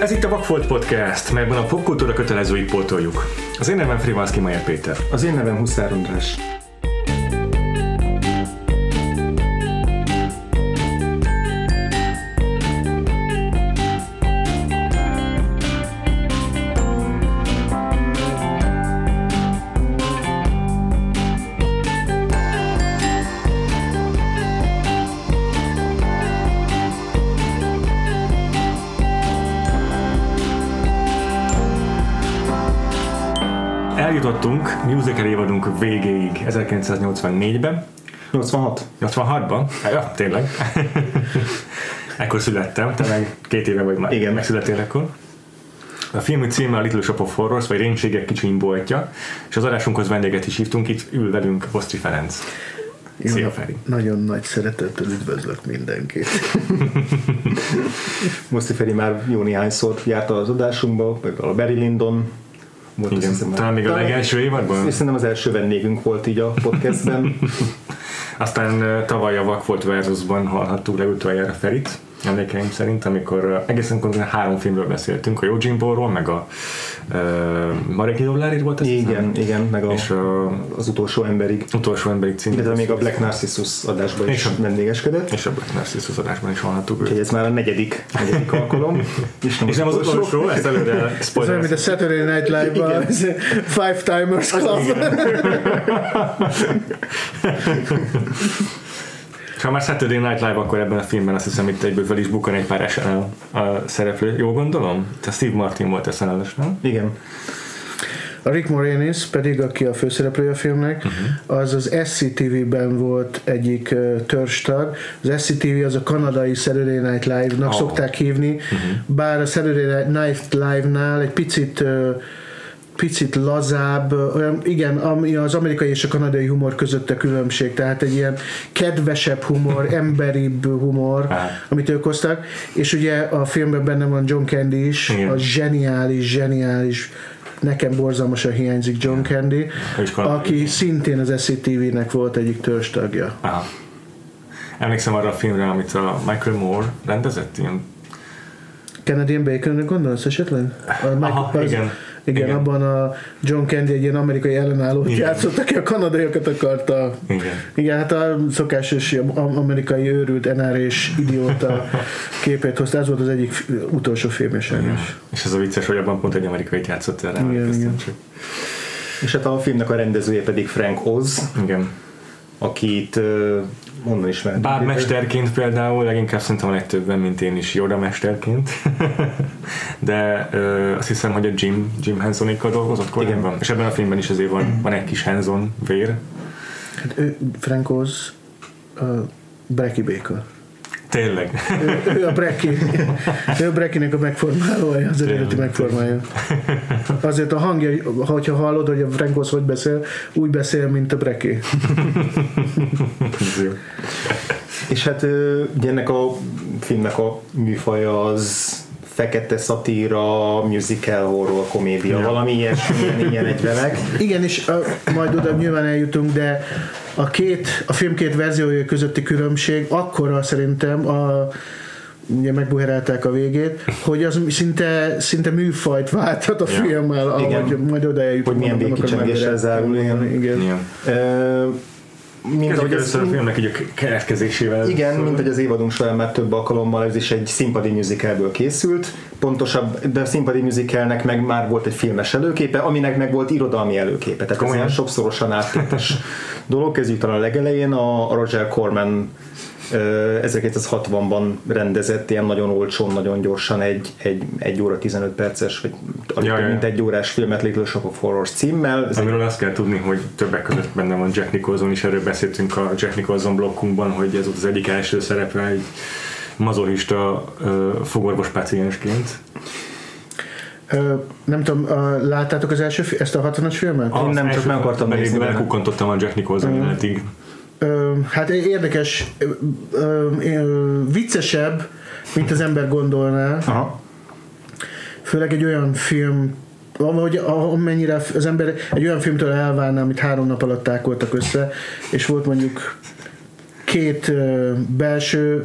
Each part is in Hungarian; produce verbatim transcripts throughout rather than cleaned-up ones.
Ez itt a Vakfolt Podcast, melyben a popkultúra kötelezőit pótoljuk. Az én nevem Frivalszki Mayer Péter. Az én nevem Huszár András. Eljutottunk musical évadunk végéig ezerkilencszáznyolcvannégyben. nyolcvanhat. nyolcvanhatban? Hát, ja, tényleg. Ekkor születtem, te meg két éve vagy már. Igen. Megszületél ekkor. A film címe a Little Shop of Horrors, vagy Rémségek kicsiny boltja, és az adásunkhoz vendéget is hívtunk, itt ül velünk Vosztri Ferenc. Szia, Feri. Nagyon nagy szeretettel üdvözlök mindenkit. Vosztri Feri már jó néhányszor járt az adásunkba, például a Barry Lyndon. Volt, igen, hiszem, talán még a legelső évadban? Szerintem az első vendégünk volt így a podcastben. Aztán tavaly a Vakfolt Versusban hallhattuk legutoljára Ferit, emlékeim szerint, amikor egészen konkrétan három filmről beszéltünk, a Yojimbo-ról, meg a uh, Mareki Dollárig volt az? Igen, nem? igen, meg a, és a, az utolsó emberig. Utolsó emberig című. Illetve még a Black Narcissus adásban is vendégeskedett. És a Black Narcissus adásban is hallhattuk. Úgyhogy ez már a negyedik, negyedik alkalom. És nem, és nem az utolsó, ezt előre spoiler. Ez olyan, mint a Saturday Night Live-ban, Five Timers Club. És ha már Saturday Night Live, akkor ebben a filmben azt hiszem itt egyből fel is bukkan egy pár es en el a szereplő. Jól gondolom? Te Steve Martin volt es en el-es, nem? Igen. A Rick Moranis pedig, aki a főszereplője a filmnek, uh-huh. az az es cé té vé-ben volt egyik uh, törzstag. Az es cé té vé az a kanadai Saturday Night Live-nak oh. szokták hívni, uh-huh. bár a Saturday Night Live-nál egy picit uh, picit lazább, olyan, igen, ami az amerikai és a kanadai humor között a különbség, tehát egy ilyen kedvesebb humor, emberibb humor, ah. amit ők hoztak, és ugye a filmben benne van John Candy is, igen. a zseniális, zseniális, nekem borzalmasan hiányzik John Candy, aki szintén az es cé té vé-nek volt egyik törzstagja. Aha. Emlékszem arra a filmre, amit a Michael Moore rendezett, ilyen Canadian Bacon-nek gondolsz esetleg? A Aha, az, igen. Igen, igen, abban a John Candy egy ilyen amerikai ellenállót igen. játszott, aki a kanadaiakat akarta. Igen. Igen, hát a szokásos amerikai őrült en er és idióta képét hozta. Ez volt az egyik utolsó filmje sajnos. És ez a vicces, hogy abban pont egy amerikait játszott el. Igen, igen. És hát a filmnek a rendezője pedig Frank Oz. Igen. Akit onnan ismerem. Bábmesterként például, leginkább szerintem a legtöbben, mint én is Yoda mesterként. De ö, azt hiszem, hogy a Jim, Jim Hensonékkal dolgozott korábban. És ebben a filmben is azért van, van egy kis Henson vér. Hát ő, Frank Oz, uh, Brekkie Baker. Tényleg. Ő, ő a Brekkie. Ő a Brekkie-nek a megformálója, az eredeti megformálja. Azért a hangja, hogyha hallod, hogy a Frank Oz hogy beszél, úgy beszél, mint a Brekkie. És hát ugye ennek a filmnek a műfaja az fekete szatíra, musical, horror, komédia, ja. valami ilyesmi, ilyen, ilyen egyvenek. Igen, és a, majd oda nyilván eljutunk, de a két, a film két verziója közötti különbség akkora szerintem, a, ugye megbuherálták a végét, hogy az szinte, szinte műfajt válthat a ja. filmmel, ahogy majd oda eljutunk. Hogy milyen végkicsengéssel zárul. Igen. Igen. Igen. Uh, Mint ahogy először a filmnek így a keletkezésével. Igen, szóval. Mint hogy az évadunk során már több alkalommal ez is egy színpadi musicalből készült, pontosabb, de a színpadi musicalnek meg már volt egy filmes előképe, aminek meg volt irodalmi előképe, tehát ez ilyen sokszorosan áttétes dolog. Kezdjük talán a legelején, a Roger Corman ezerkilencszázhatvanban rendezett ilyen nagyon olcsón, nagyon gyorsan egy, egy, egy óra tizenöt perces, vagy ja, ja. mint egy órás filmet Little Shop of Horrors címmel. Ez amiről egy... azt kell tudni, hogy többek között benne van Jack Nicholson is, erről beszéltünk a Jack Nicholson blokkunkban, hogy ez volt az egyik első szerepe egy mazochista uh, fogorvos páciensként. Ö, nem tudom, uh, láttátok az első, ezt a hatvanas filmet? Ah, Én nem, csak meg akartam nézni. Elkukkantottam a Jack Nicholson jelenetig. Ö, hát érdekes, ö, ö, ö, viccesebb, mint az ember gondolná. Aha. Főleg egy olyan film, ahogy amennyire az ember egy olyan filmtől elválna, amit három nap alatt tákoltak össze, és volt mondjuk két ö, belső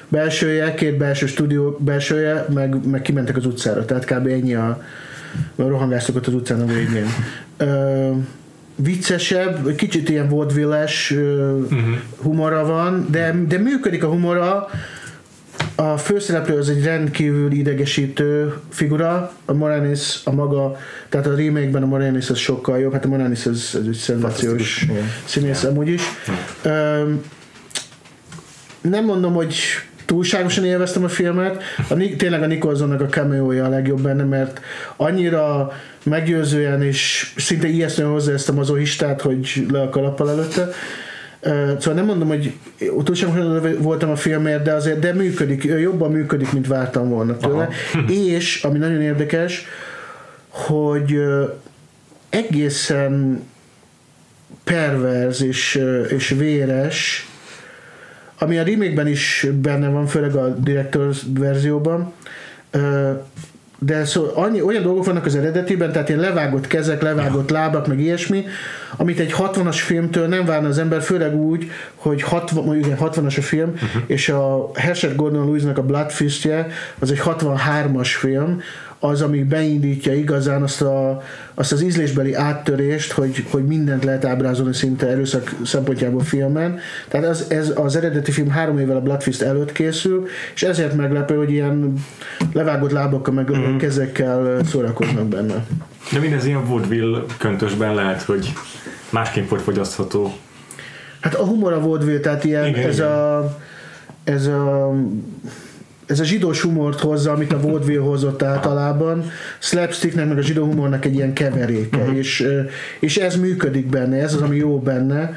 belsője, két belső stúdió belsője, meg, meg kimentek az utcára, tehát kb. Ennyi a, a rohangástok ott az utcán a végén. Ö, viccesebb, kicsit ilyen vaudeville-es uh-huh. humora van, de, de működik a humora. A főszereplő az egy rendkívül idegesítő figura, a Moranis a maga, tehát a remake-ben a Moranis az sokkal jobb, hát a Moranis az, az egy szenzációs színész amúgy is. Um, nem mondom, hogy túlságosan élveztem a filmet, a, tényleg a Nicholsonnak a cameója a legjobb benne, mert annyira meggyőzően és szinte ijesztően hozzá ezt a mazohistát, hogy le a kalappal előtte. Uh, szóval nem mondom, hogy túlságosan voltam a filmért, de azért de működik, jobban működik, mint vártam volna tőle. És, ami nagyon érdekes, hogy uh, egészen perverz és, uh, és véres, ami a remake-ben is benne van, főleg a director's verzióban, uh, de szó, annyi, olyan dolgok vannak az eredetiben, tehát ilyen levágott kezek, levágott lábak, meg ilyesmi, amit egy hatvanas filmtől nem várna az ember, főleg úgy, hogy hatvan, igen, hatvanas a film, uh-huh. és a Herschel Gordon Lewis-nak a Blood Fistje az egy hatvanhármas film, az, ami beindítja igazán azt, a, azt az ízlésbeli áttörést, hogy, hogy mindent lehet ábrázolni szinte erőszak szempontjából filmen. Tehát az, ez az eredeti film három évvel a Blood Fist előtt készül, és ezért meglepő, hogy ilyen levágott lábakkal, meg mm-hmm. kezekkel szórakoznak benne. De mindez ilyen vaudeville köntösben lehet, hogy másképp volt fogyasztható. Hát a humor a vaudeville, tehát ilyen igen, ez, igen. A, ez a ez a zsidós humort hozza, amit a vaudeville hozott általában, slapsticknek meg a zsidó humornak egy ilyen keveréke, uh-huh. és, és ez működik benne, ez az, ami jó benne.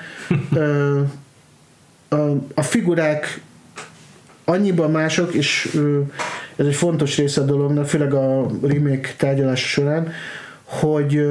A, a figurák annyiban mások, és ez egy fontos része a dolognak, főleg a remake tárgyalása során, hogy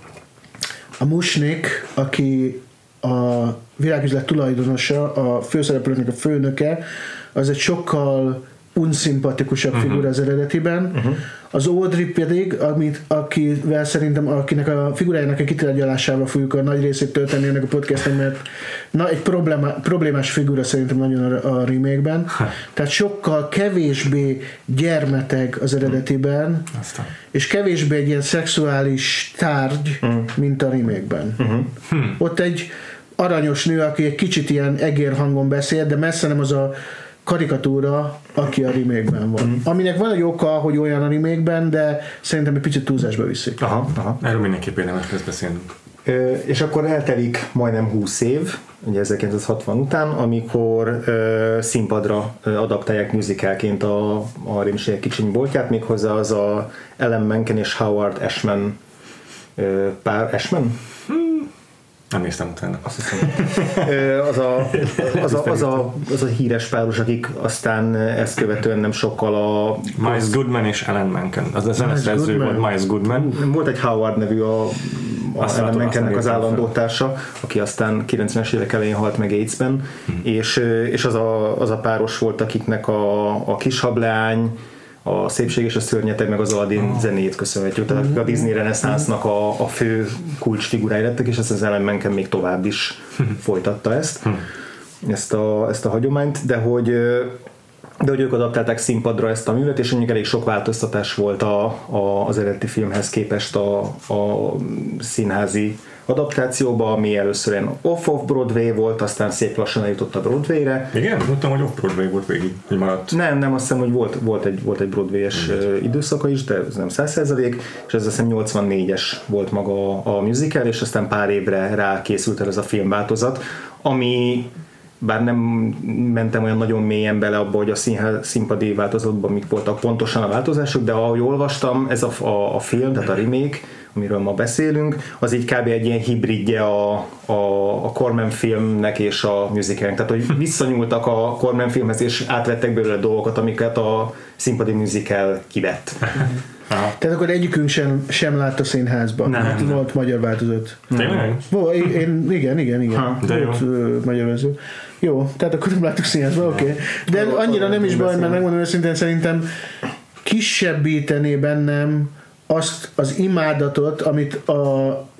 a Mushnik, aki a világüzlet tulajdonosa, a főszereplőnek a főnöke, az egy sokkal unszimpatikusabb uh-huh. figura az eredetiben. Uh-huh. Az Audrey pedig, amit, akivel szerintem, akinek a figurájának a kitárgyalásával fogjuk a nagy részét tölteni ennek a podcasten, mert na, egy probléma, problémás figura szerintem nagyon a, a remake-ben. Ha. Tehát sokkal kevésbé gyermeteg az eredetiben, aztán. És kevésbé egy ilyen szexuális tárgy, uh-huh. mint a remake-ben. Uh-huh. Hmm. Ott egy aranyos nő, aki egy kicsit ilyen egér hangon beszél, de messze nem az a karikatúra, aki a remake-ben van. Mm. Aminek van egy oka, hogy olyan a remake-ben, de szerintem egy picit túlzásba viszik. Aha, aha. Erről mindenképp érdemes lesz beszélnünk. Ö, és akkor eltelik majdnem húsz év, ugye ezerkilencszázhatvan után, amikor ö, színpadra ö, adaptálják musicalként a, a Rémségek kicsiny boltját, méghozzá az a Alan Menken és Howard Ashman ö, pár, Ashman? Nem néztem utána. Azt hiszem. az, a, az, a, az, a, az a híres páros, akik aztán ezt követően nem sokkal a... Miles Goodman és Alan Menken. Az a zeneszerző volt, Miles Goodman. Volt egy Howard nevű a, a Alan Menkennek az állandó társa, aki aztán kilencvenes évek elején halt meg AIDS-ben, hmm. és, és az, a, az a páros volt, akiknek a, a Kishableány, a Szépség és a Szörnyeteg, meg az Aladdin oh. zenét köszönhetjük. Tehát mm-hmm. a Disney reneszánsznak a, a fő kulcsfigurái lettek, és ezt az Alan Menken még tovább is folytatta ezt, ezt a, ezt a hagyományt, de hogy, de hogy ők adaptálták színpadra ezt a művet, és mondjuk elég sok változtatás volt a, a, az eredeti filmhez képest a, a színházi adaptációba, ami először ilyen off-off Broadway volt, aztán szép lassan eljutott a Broadway-re. Igen, mondtam, hogy off-Broadway volt végig, hogy maradt. Nem, nem, azt hiszem, hogy volt, volt egy, volt egy Broadway-es uh, időszaka is, de ez nem száz százalék, és ez azt hiszem nyolcvannégyes volt maga a, a musical, és aztán pár évre rá készült el ez a filmváltozat, ami bár nem mentem olyan nagyon mélyen bele abba, hogy a színház, színpadi változatban mik voltak pontosan a változások, de ahogy olvastam, ez a, a, a film, tehát a remake, amiről ma beszélünk, az így kb. Egy ilyen hibridje a, a, a Corman filmnek és a musicalnek. Tehát, hogy visszanyúltak a Corman filmhez, és átvettek belőle dolgokat, amiket a színpadi musical kivett. Aha. Tehát akkor egyikünk sem, sem látta színházban. Nem, hát nem. Volt magyar változat. Tényleg? Én, én, igen, igen, igen. Ha, de volt uh, magyar verzió. Jó, tehát akkor nem láttuk színházban, oké. Okay. De ha, annyira nem is baj, beszél. mert megmondom őszintén, szerintem kisebbítené bennem azt az imádatot, amit a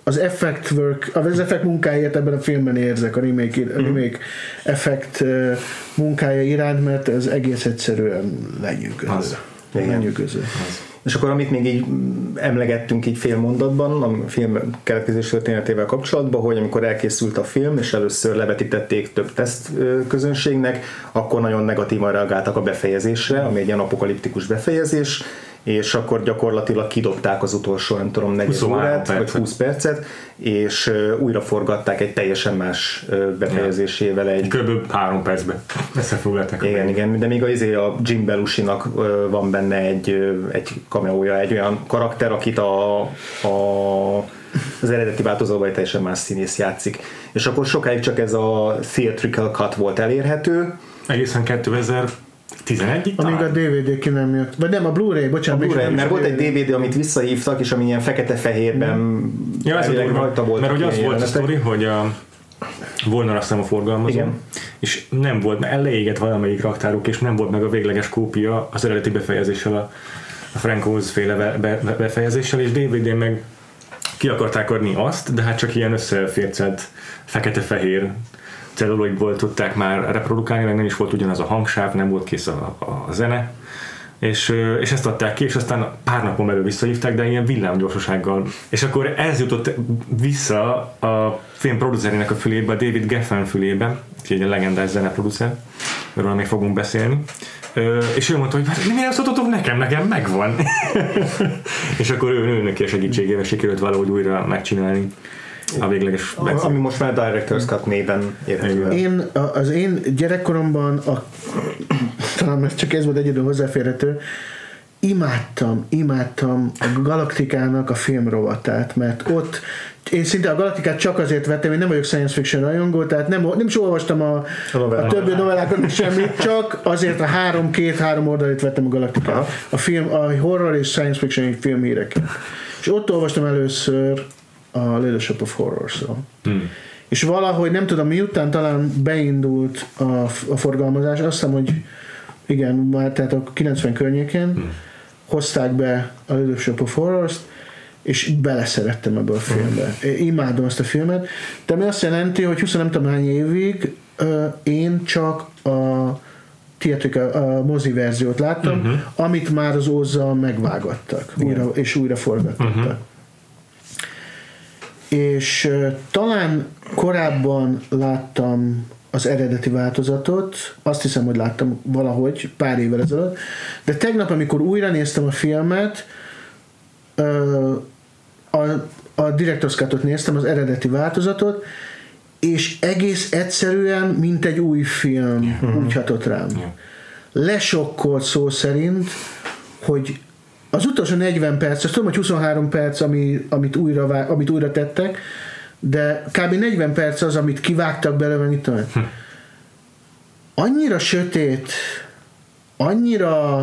az effect work, az effekt munkáját ebben a filmben érzek, a remake, a remake effekt munkája iránt, mert ez egész egyszerűen lenyűgöző. Lenyűgöző. És akkor amit még így emlegettünk így fél mondatban a film keletkezés történetével kapcsolatban, hogy amikor elkészült a film, és először levetítették több teszt közönségnek, akkor nagyon negatívan reagáltak a befejezésre, ami egy ilyen apokaliptikus befejezés, és akkor gyakorlatilag kidobták az utolsó, nem tudom, negyed órát, vagy húsz percet, és újra forgatták egy teljesen más befejezésével. Egy... Kb. három percben összefoglalták. Igen, igen, de még az a Jim Belushi-nak van benne egy, egy cameója, egy olyan karakter, akit a, a az eredeti változatban egy teljesen más színész játszik. És akkor sokáig csak ez a theatrical cut volt elérhető. Egészen kétezer-tizenegyig Amíg a dé vé dé ki nem jött. Vagy nem, a Blu-ray, bocsánat. A Blu-ray, mert volt egy dé vé dé, amit visszahívtak, és ami ilyen fekete-fehérben mm. ja, ez rajta volt. Mert ugye az volt a sztori, hogy a Warner aztán a forgalmazó, igen. És nem volt, mert leégett valamelyik raktáruk, és nem volt meg a végleges kópia az eredeti befejezéssel, a, a Frank Oz féle be, be, befejezéssel, és dé vé dén meg ki akarták adni azt, de hát csak ilyen összefércelt fekete-fehér celluloidból tudták már reprodukálni, meg nem is volt ugyanaz a hangsáv, nem volt kész a, a zene, és, és ezt adták ki, és aztán pár napon belül visszahívták, de ilyen villámgyorsasággal. És akkor ez jutott vissza a film producerének a fülébe, a David Geffen fülében, aki egy legendás zeneproducer, erről még fogunk beszélni, és ő mondta, hogy miért nem szóltatok nekem, nekem megvan. És akkor ő, ő neki a segítségével sikerült valahogy újra megcsinálni a végleges becén. Ami most már Director's Cut néven érhető. Én, az én gyerekkoromban, a, talán csak ez volt egyedül hozzáférhető, imádtam, imádtam a Galaktikának a filmrovatát, mert ott én szinte a Galaktikát csak azért vettem, én nem vagyok science fiction rajongó, tehát nem, nem is olvastam a, a, a többi novellákat, is semmit, csak azért a három, két-három oldalit vettem a Galaktikát. A film, a horror és science fiction filmhíreket. És ott olvastam először a Little Shop of Horrors-ról. Hmm. És valahogy, nem tudom, miután talán beindult a, a forgalmazás, azt hiszem, hogy igen, már tehát a kilencven környékén hmm. hozták be a Little Shop of Horrors-t, és beleszerettem ebbe a filmbe. Én imádom azt a filmet, de ami azt jelenti, hogy húsz nem tudom hány évig uh, én csak a theatrical, a mozi verziót láttam, uh-huh. amit már az Ózzal megvágattak, újra, és újra forgattak. Uh-huh. És uh, talán korábban láttam az eredeti változatot, azt hiszem, hogy láttam valahogy pár évvel ezelőtt, de tegnap, amikor újra néztem a filmet, uh, a, a Director's Cut-ot néztem, az eredeti változatot, és egész egyszerűen, mint egy új film, yeah. úgy hatott rám. Yeah. Lesokkolt szó szerint, hogy az utolsó negyven perc, azt tudom, hogy huszonhárom perc, ami, amit, újra, amit újra tettek, de kb. negyven perc az, amit kivágtak belőle, mit tudom. Hm. Annyira sötét, annyira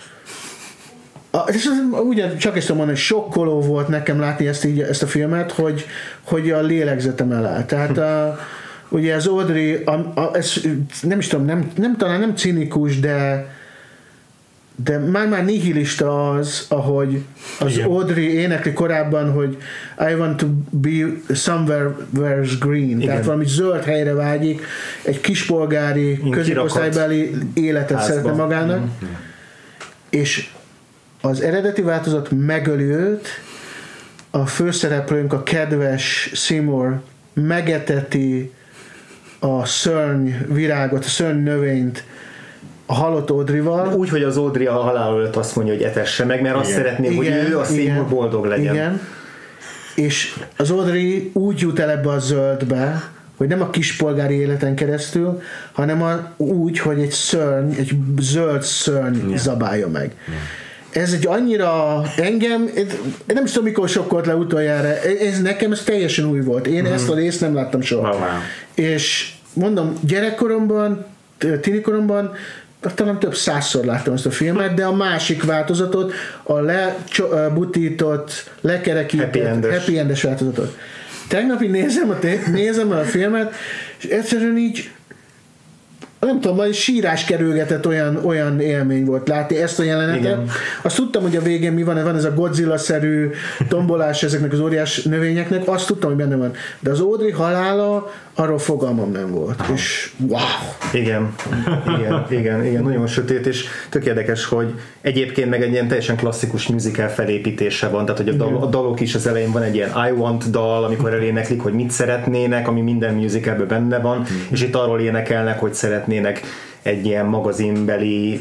és ugye csak ezt tudom mondani, hogy sokkoló volt nekem látni ezt, így, ezt a filmet, hogy, hogy a lélegzetem eláll. Tehát a, ugye az Audrey, a, a, ez, nem is tudom, nem, nem, talán nem cinikus, de de már-már nihilista az, ahogy az igen. Audrey énekli korábban, hogy I want to be somewhere where's green. Igen. Tehát valami zöld helyre vágyik, egy kispolgári, középosztálybeli életet házba szeretne magának. Mm-hmm. És az eredeti változat megöli őt, a főszereplőnk, a kedves Seymour megeteti a szörny virágot, a szörny növényt a halott Audrey-val. Úgy, hogy az Audrey a halál előtt azt mondja, hogy etesse meg, mert igen. azt szeretném, igen, hogy ő, a Seymour igen, boldog legyen. Igen. És az Audrey úgy jut el ebbe a zöldbe, hogy nem a kispolgári életen keresztül, hanem a, úgy, hogy egy szörny, egy zöld szörny igen. zabálja meg. Igen. Ez egy annyira engem, én nem is tudom, mikor sokkolt le utoljára, ez nekem ez teljesen új volt. Én mm. ezt a részt nem láttam soha. Wow. És mondom, gyerekkoromban, tinikoromban talán több százszor láttam ezt a filmet, de a másik változatot, a lebutított, lekerekített, happy endes, happy endes változatot. Tegnap így nézem a, nézem a filmet, és egyszerűen így nem tudom, majd sírás kerülgetett, olyan, olyan élmény volt látni ezt a jelenetet. Igen. Azt tudtam, hogy a végén mi van, van ez a Godzilla-szerű tombolás ezeknek az óriás növényeknek, azt tudtam, hogy benne van. De az Audrey halála, arról fogalmam nem volt. Aha. És wow! Igen, igen, igen, igen, nagyon sötét, és tök érdekes, hogy egyébként meg egy ilyen teljesen klasszikus musical felépítése van, tehát hogy a, dal, a dalok is az elején van egy ilyen I Want dal, amikor eléneklik, hogy mit szeretnének, ami minden musicalben benne van, mm. és itt arról énekelnek, hogy szeretnének egy ilyen magazinbeli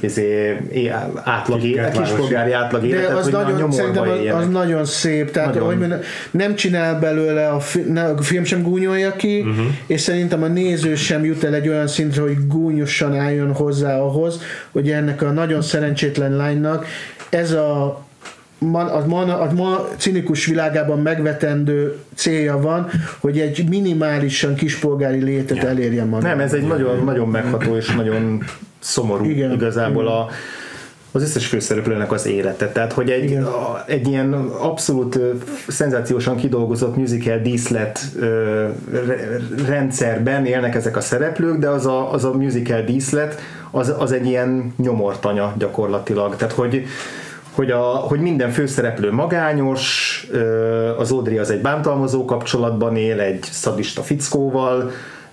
átlagi, kispolgári átlag életet, de az hogy nagyon, szerintem az, az nagyon szép, tehát nagyon. Hogy mondjam, nem csinál belőle a film, a film sem gúnyolja ki, uh-huh. és szerintem a néző sem jut el egy olyan szintre, hogy gúnyosan álljon hozzá ahhoz, hogy ennek a nagyon szerencsétlen lánynak ez a Ma, a, ma, a ma cinikus világában megvetendő célja van, hogy egy minimálisan kispolgári létet ja. elérjen maga. Nem, ez egy nagyon, nagyon megható és nagyon szomorú igen, igazából igen. A, az összes főszereplőnek az élete. Tehát, hogy egy, a, egy ilyen abszolút szenzációsan kidolgozott musical díszlet ö, rendszerben élnek ezek a szereplők, de az a, az a musical díszlet az, az egy ilyen nyomortanya gyakorlatilag. Tehát, hogy Hogy, a, hogy minden főszereplő magányos, az Audrey az egy bántalmazó kapcsolatban él, egy szadista fickóval,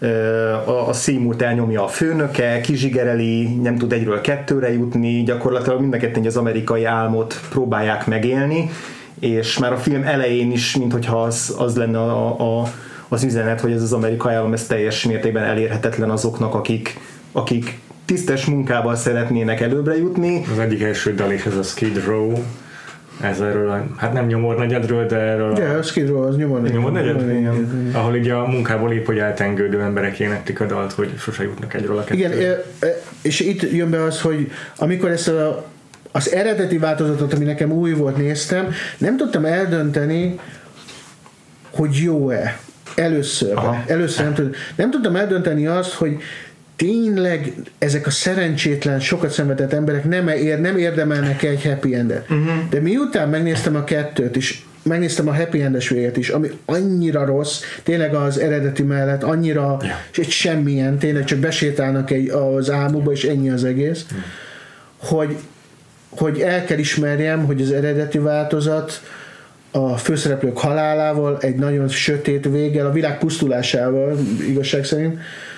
a, a Seymourt elnyomja a főnöke, kizsigereli, nem tud egyről kettőre jutni, gyakorlatilag mind a ketten az amerikai álmot próbálják megélni, és már a film elején is, minthogyha az, az lenne a, a, az üzenet, hogy ez az amerikai álom ez teljes mértékben elérhetetlen azoknak, akik, akik tisztes munkával szeretnének előbbre jutni. Az egyik első dal is ez a Skid Row, ez erről a, hát nem nyomornegyedről, de erről ja, a... a Skid Row az nyomornegyed. Nyomornegyed? Ahol így a munkából épp, hogy eltengődő emberek éneklik a dalt, hogy sose jutnak egyről a kettőről. Igen, és itt jön be az, hogy amikor ezt a, az eredeti változatot, ami nekem új volt, néztem, nem tudtam eldönteni, hogy jó-e. Először. Aha. Először nem, tud, nem tudtam eldönteni azt, hogy tényleg ezek a szerencsétlen, sokat szenvedett emberek nem, ér, nem érdemelnek egy happy endet. Uh-huh. De miután megnéztem a kettőt, és megnéztem a happy endes véget is, ami annyira rossz, tényleg az eredeti mellett, annyira yeah. egy semmilyen, tényleg csak besétálnak egy, az álmukba, és ennyi az egész, uh-huh. hogy, hogy el kell ismerjem, hogy az eredeti változat a főszereplők halálával, egy nagyon sötét véggel, a világ pusztulásával, igazság szerint,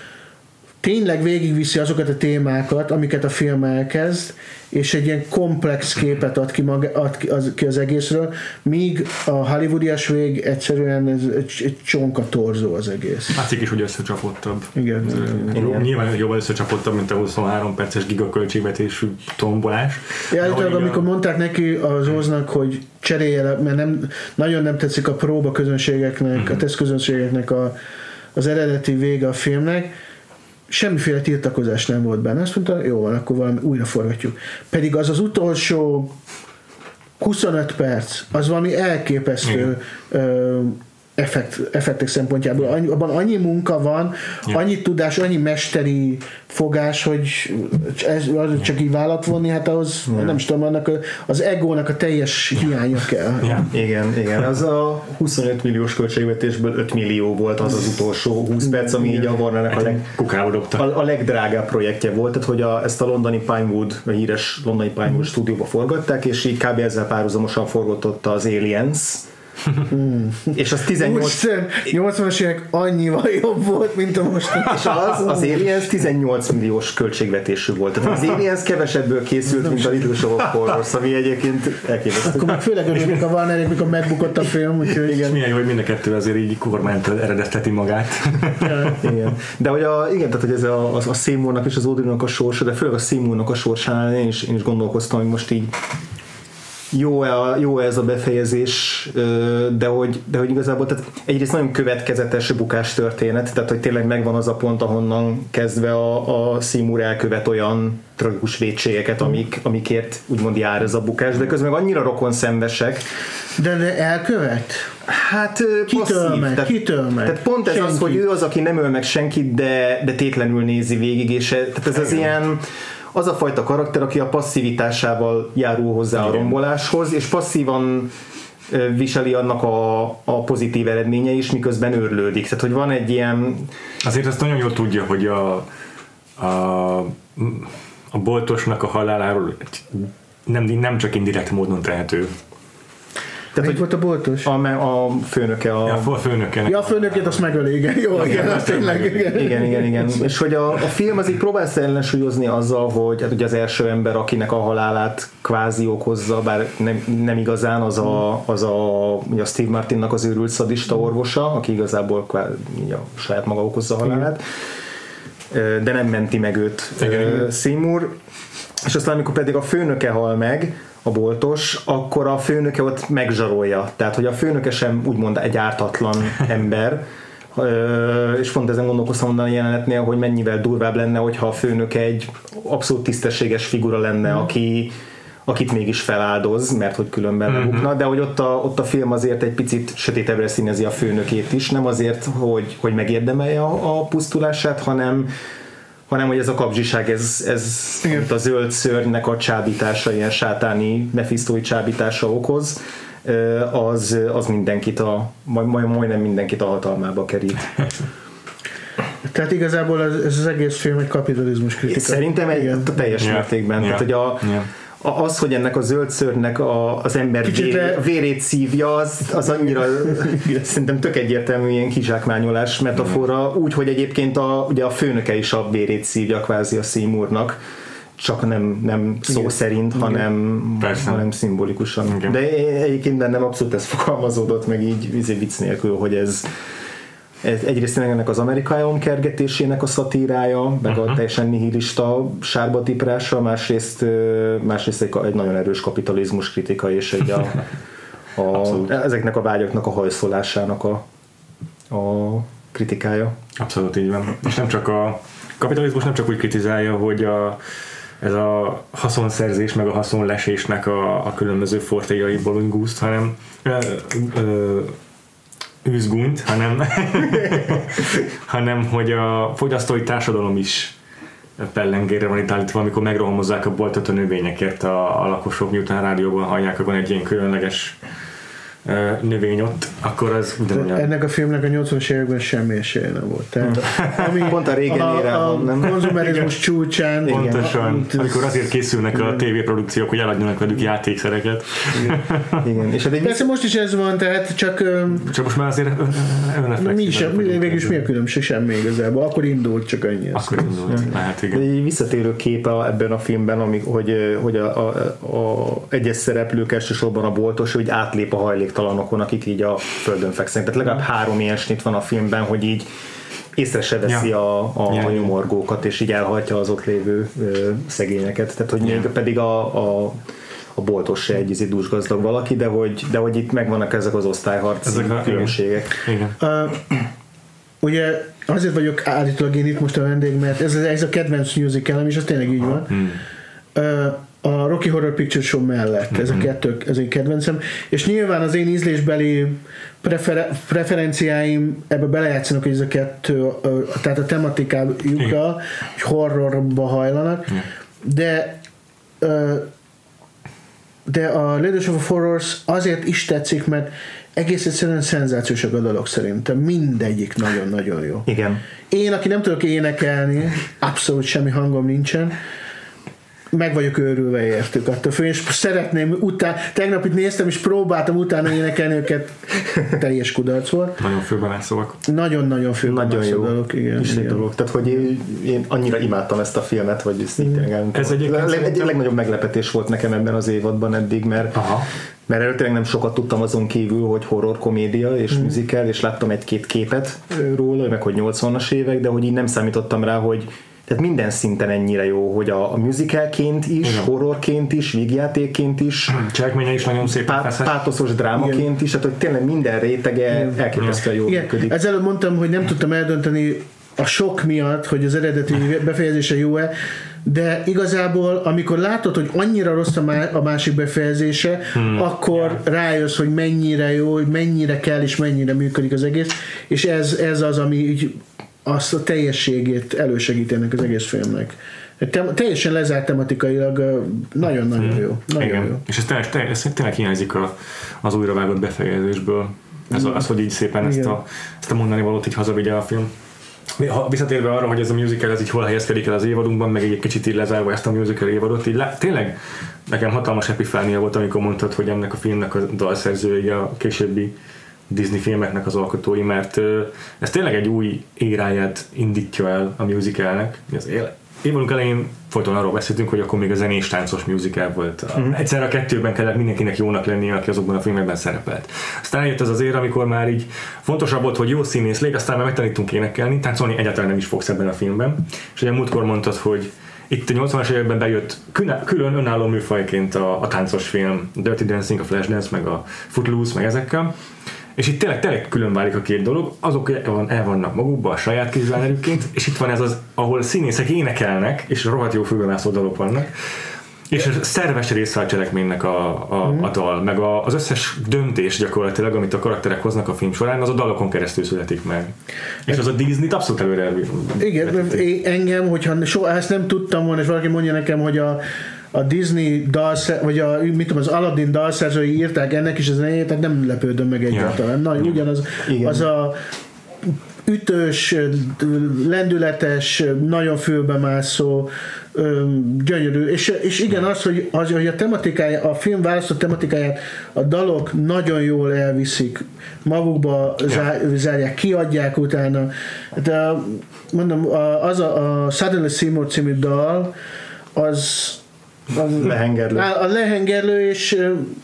tényleg végigviszi azokat a témákat, amiket a film elkezd, és egy ilyen komplex képet ad ki, maga, ad ki, az, ki az egészről, míg a hollywoodias vég egyszerűen ez egy, egy csonka torzó az egész. Látszik is, hogy összecsapottabb. Igen. Igen. Nyilván jobban összecsapottabb, mint a huszonhárom perces gigaköltségvetésű tombolás. Ja, amikor a... mondták neki az Oznak, hogy cserélje le, mert nem, nagyon nem tetszik a próba közönségeknek, mm-hmm. a teszt közönségeknek a, az eredeti vége a filmnek, semmiféle tiltakozás nem volt benne. Azt mondta, jó van, akkor valami újra forgatjuk. Pedig az az utolsó huszonöt perc, az valami elképesztő ö, effekt, effektek szempontjából. Annyi, abban annyi munka van, ja. annyi tudás, annyi mesteri fogás, hogy ez, csak így vállat vonni, hát ahhoz ja. nem is tudom, annak a, az egónak a teljes hiánya kell. Ja. Igen, igen. Az a huszonöt milliós költségvetésből öt millió volt az az utolsó húsz perc, ami így a Warnernek a, leg, a, a legdrágább projektje volt, tehát hogy a, ezt a londoni Pinewood, a híres londoni Pinewood stúdióba forgatták, és így kb. Ezzel párhuzamosan forgatott az Aliens, Hmm. és az tizennyolc Úristen, nyolcvanas évek annyival jobb volt, mint a most. És az, az Aliens tizennyolc milliós költségvetésű volt. Tehát az Aliens kevesebből készült, mint a Little Show of Horrors, ami egyébként elképesztő. Akkor meg főleg örülünk a Warnerék, mikor megbukott a film. Úgyhogy... Igen. Milyen jó, hogy mind a kettő azért így kormányt eredezteti magát. Igen. De hogy a, igen, tehát hogy ez a, a, a Seymournak és az Audrey-nak a sorsa, de főleg a Seymournak a sorsánál én is, én is gondolkoztam, hogy most így jó, jó ez a befejezés, de hogy, de hogy igazából tehát egyrészt nagyon következetes bukás történet, tehát hogy tényleg megvan az a pont, ahonnan kezdve a, a Seymour elkövet olyan tragikus vétségeket, amik, amikért úgymond jár ez a bukás, de közben meg annyira rokonszenvesek. De, de elkövet? Hát kitől passzív. meg? Tehát, kitől meg? Tehát pont ez Senki. Az, hogy ő az, aki nem öl meg senkit, de, de tétlenül nézi végig, és tehát ez az ilyen az a fajta karakter, aki a passzivitásával járul hozzá igen. a romboláshoz, és passzívan viseli annak a, a pozitív eredménye is, miközben őrlődik. Tehát, hogy van egy ilyen... Azért ezt nagyon jól tudja, hogy a a, a boltosnak a haláláról nem, nem csak indirekt módon tehető. Tehát, hogy volt a boltos? A, a főnöke. A, ja, a főnöke. Ja, a főnökét azt megöli, igen. Jó, igen, igen, azt tényleg, igen. Igen, igen, igen. És hogy a, a film az így próbálsz ellensúlyozni azzal, hogy hát ugye az első ember, akinek a halálát kvázi okozza, bár nem, nem igazán, az a, az a, a Steve Martinnak az őrült szadista orvosa, aki igazából kvázi, a saját maga okozza a halálát. De nem menti meg őt igen. Seymour. És aztán amikor pedig a főnöke hal meg, a boltos, akkor a főnöke ott megzsarolja. Tehát, hogy a főnöke sem úgymond egy ártatlan ember, és pont ezen gondolkoztam onnan a jelenetnél, hogy mennyivel durvább lenne, hogyha a főnöke egy abszolút tisztességes figura lenne, mm. aki, akit mégis feláldoz, mert hogy különben mm-hmm. lebukna, de hogy ott a, ott a film azért egy picit sötétebbre színezi a főnökét is, nem azért, hogy, hogy megérdemelje a, a pusztulását, hanem hanem hogy ez a kapzsiság, ez, ez a zöld szörnynek a csábítása, ilyen sátáni, mefisztói csábítása okoz, az, az mindenkit a, majd, majdnem mindenkit a hatalmába kerít. Tehát igazából ez, ez az egész film egy kapitalizmus kritika. Szerintem egy igen. teljes yeah. mértékben. Yeah. Tehát, hogy a, yeah. az, hogy ennek a zöld szörnynek a, az ember vér, le... vérét szívja, az, az annyira szerintem tök egyértelmű ilyen kizsákmányolás metafora, úgy, hogy egyébként a, ugye a főnöke is a vérét szívja kvázi a Seymournak, csak nem, nem szó igen. szerint, hanem, hanem szimbolikusan. Igen. De egyébként bennem abszolút ez fogalmazódott meg így vicc nélkül, hogy ez Ez egyrészt ennek az amerikai kergetésének a szatírája, meg uh-huh. a teljesen nihilista sárba tiprása, másrészt, másrészt egy, egy nagyon erős kapitalizmus kritika, és egy a, a, ezeknek a vágyaknak a hajszolásának a, a kritikája. Abszolút így van. És nem csak a kapitalizmus nem csak úgy kritizálja, hogy a, ez a haszonszerzés meg a haszonlesésnek a, a különböző fortéjaiból gúzt, hanem ö, ö, üzgúnyt, hanem, hanem hogy a fogyasztói társadalom is pellengérre van itt állítva, amikor megrohamozzák a boltot a növényekért a, a lakosok, miután a rádióban hallják, hogy van egy ilyen különleges növény ott, akkor az ugyanolyan. Ennek a filmnek a nyolcvanas években semmi esélye nem volt. Tehát, ami pont a régen a, a konzumerizmus csúcsán. Pontosan. Igen, amikor azért készülnek igen. a tévéprodukciók, hogy eladjanak velük játékszereket. Igen. Igen. És hát persze most is ez van, tehát csak... Csak most már azért mi is, végülis mi a különbség? Semmi igazából. Akkor indult csak annyi. Akkor indult. Ja. Lehet, igen. Egy visszatérő kép ebben a filmben, amik, hogy, hogy a, a, a egyes szereplők, elsősorban a boltos, hogy átlép a hajlék talanokon, akik így a földön fekszenek. Tehát legalább három ilyen snit van a filmben, hogy így észre se veszi ja. a, a, ja, a nyomorgókat, és így elhajtja az ott lévő ö, szegényeket. Tehát, hogy még ja. pedig a, a, a boltos se egy izé dúsgazdag valaki, de hogy, de hogy itt megvannak ezek az osztályharci ezek a különbségek. Igen. Igen. Uh, ugye azért vagyok állítólag én itt most a vendég, mert ez, ez a kedvenc musicalem, és az tényleg így van. Hmm. Uh, a Rocky Horror Picture Show mellett, mm-hmm. ez a kettő, ez egy kedvencem, és nyilván az én ízlésbeli prefer- preferenciáim ebbe belejátszanak, hogy ez a kettő, tehát a tematikájukkal, hogy horrorba hajlanak, mm. de de a Leadership of Horrors azért is tetszik, mert egész egyszerűen szenzációsak a dalok szerintem. Mindegyik nagyon-nagyon jó. Igen. Én, aki nem tudok énekelni, abszolút semmi hangom nincsen, meg vagyok őrülve értük attól föl, és szeretném utána, tegnap itt néztem, és próbáltam utána énekelni őket, teljes kudarc volt. Nagyon főbemászóak. Nagyon-nagyon főbemászó dalok, igen. igen. Dolog. Tehát, hogy én, én annyira imádtam ezt a filmet, hogy ezt mm. ez egy, egy, egy legnagyobb meglepetés volt nekem ebben az évadban eddig, mert Aha. mert előtt tényleg nem sokat tudtam azon kívül, hogy horror komédia és mm. musical, és láttam egy-két képet róla, meg hogy nyolcvanas évek, de hogy így nem számítottam rá, hogy tehát minden szinten ennyire jó, hogy a, a musicalként is, igen. horrorként is, vígjátékként is, cselekménye is nagyon szép, pá- pátoszos drámaként igen. is, tehát hogy tényleg minden rétege elképesztően jól működik. Ezzel mondtam, hogy nem tudtam eldönteni a sok miatt, hogy az eredeti befejezése jó-e, de igazából, amikor látod, hogy annyira rossz a, má- a másik befejezése, hmm. akkor yeah. rájössz, hogy mennyire jó, hogy mennyire kell és mennyire működik az egész, és ez, ez az, ami így azt a teljességét elősegíti ennek az egész filmnek. Teljesen lezárt tematikailag, nagyon-nagyon jó. Nagyon igen. jó. És ez tényleg, tényleg, tényleg hiányzik a, az újravágott befejezésből. Ez az, hogy így szépen ezt a, ezt a mondani valót így hazavigye a film. Ha visszatérve arra, hogy ez a musical ez így hol helyezkedik el az évadunkban, meg egy kicsit így lezárva ezt a musical évadot, így lá- tényleg nekem hatalmas epifánia volt, amikor mondtad, hogy ennek a filmnek a dalszerzői a későbbi Disney filmeknek az alkotói, mert ez tényleg egy új éráját indítja el a musicalnek. Az évadunk elején folyton arról beszéltünk, hogy akkor még a zenés táncos musical volt. Mm. Egyszer a kettőben kellett mindenkinek jónak lennie, aki azokban a filmekben szerepelt. Aztán eljött az az ér, amikor már így fontosabb volt, hogy jó színész légy, aztán már megtanítunk énekelni, táncolni egyáltalán nem is fogsz ebben a filmben. És ugye múltkor mondtad, hogy itt a nyolcvanas években bejött külön önálló műfajként a, a táncos film, a Dirty Dancing, a Flashdance, meg a Footloose, meg ezekkel. És itt tényleg, tényleg külön válik a két dolog, azok el vannak magukban a saját kézvánerükként, és itt van ez az, ahol színészek énekelnek, és rohadt jó fülbemászó dalok vannak, és szerves része a cselekménynek a, a, a dal, meg a, az összes döntés gyakorlatilag, amit a karakterek hoznak a film során, az a dalokon keresztül születik meg. És az a Disney-t abszolút előre. Igen, engem, hogyha soha ezt nem tudtam volna, és valaki mondja nekem, hogy a a Disney dalszer, vagy a, mit tudom, az Aladdin dalszerzői írták ennek is az zenéjét, tehát nem lepődöm meg egyáltalán. Ja. Na, ugyanaz az a ütős, lendületes, nagyon fülbemászó, gyönyörű, és, és igen, az, hogy, az, hogy a tematikája, a film választott tematikáját a dalok nagyon jól elviszik, magukba zár, zárják, kiadják utána. De mondom, az a, a Suddenly Seymour című dal, az A lehengerlő. A lehengerlő, és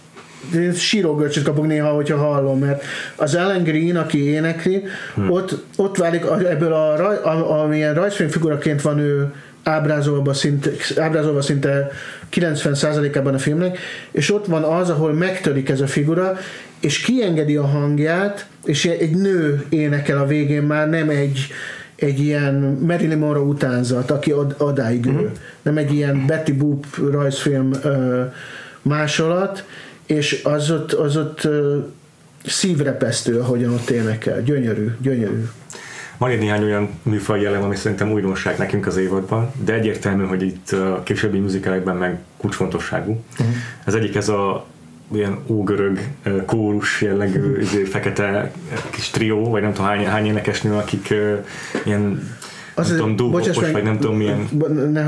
sírógörcsöt kapok néha, hogyha hallom, mert az Alan Green, aki énekli, hmm. ott, ott válik ebből a, a, a, amilyen rajzfilmfiguraként van ő ábrázolva szinte, ábrázolva szinte kilencven százalékában a filmnek, és ott van az, ahol megtörik ez a figura, és kiengedi a hangját, és egy nő énekel a végén, már nem egy egy ilyen Marilyn Monroe utánzat, aki od, odáig mm-hmm. ő. Nem egy ilyen Betty Boop rajzfilm ö, másolat, és az ott, az ott ö, szívrepesztő, ahogyan ott énekel. Gyönyörű, gyönyörű. Van egy néhány olyan műfaj elem, ami szerintem újdonság nekünk az évadban, de egyértelmű, hogy itt a későbbi musicalekben meg kulcsfontosságú. Mm-hmm. Ez egyik ez a ilyen ógörög kórus jellegű fekete kis trió, vagy nem tudom hány, hány énekesnő, akik uh, ilyen az nem tudom, dúvokos, vagy nem tudom milyen. Ne,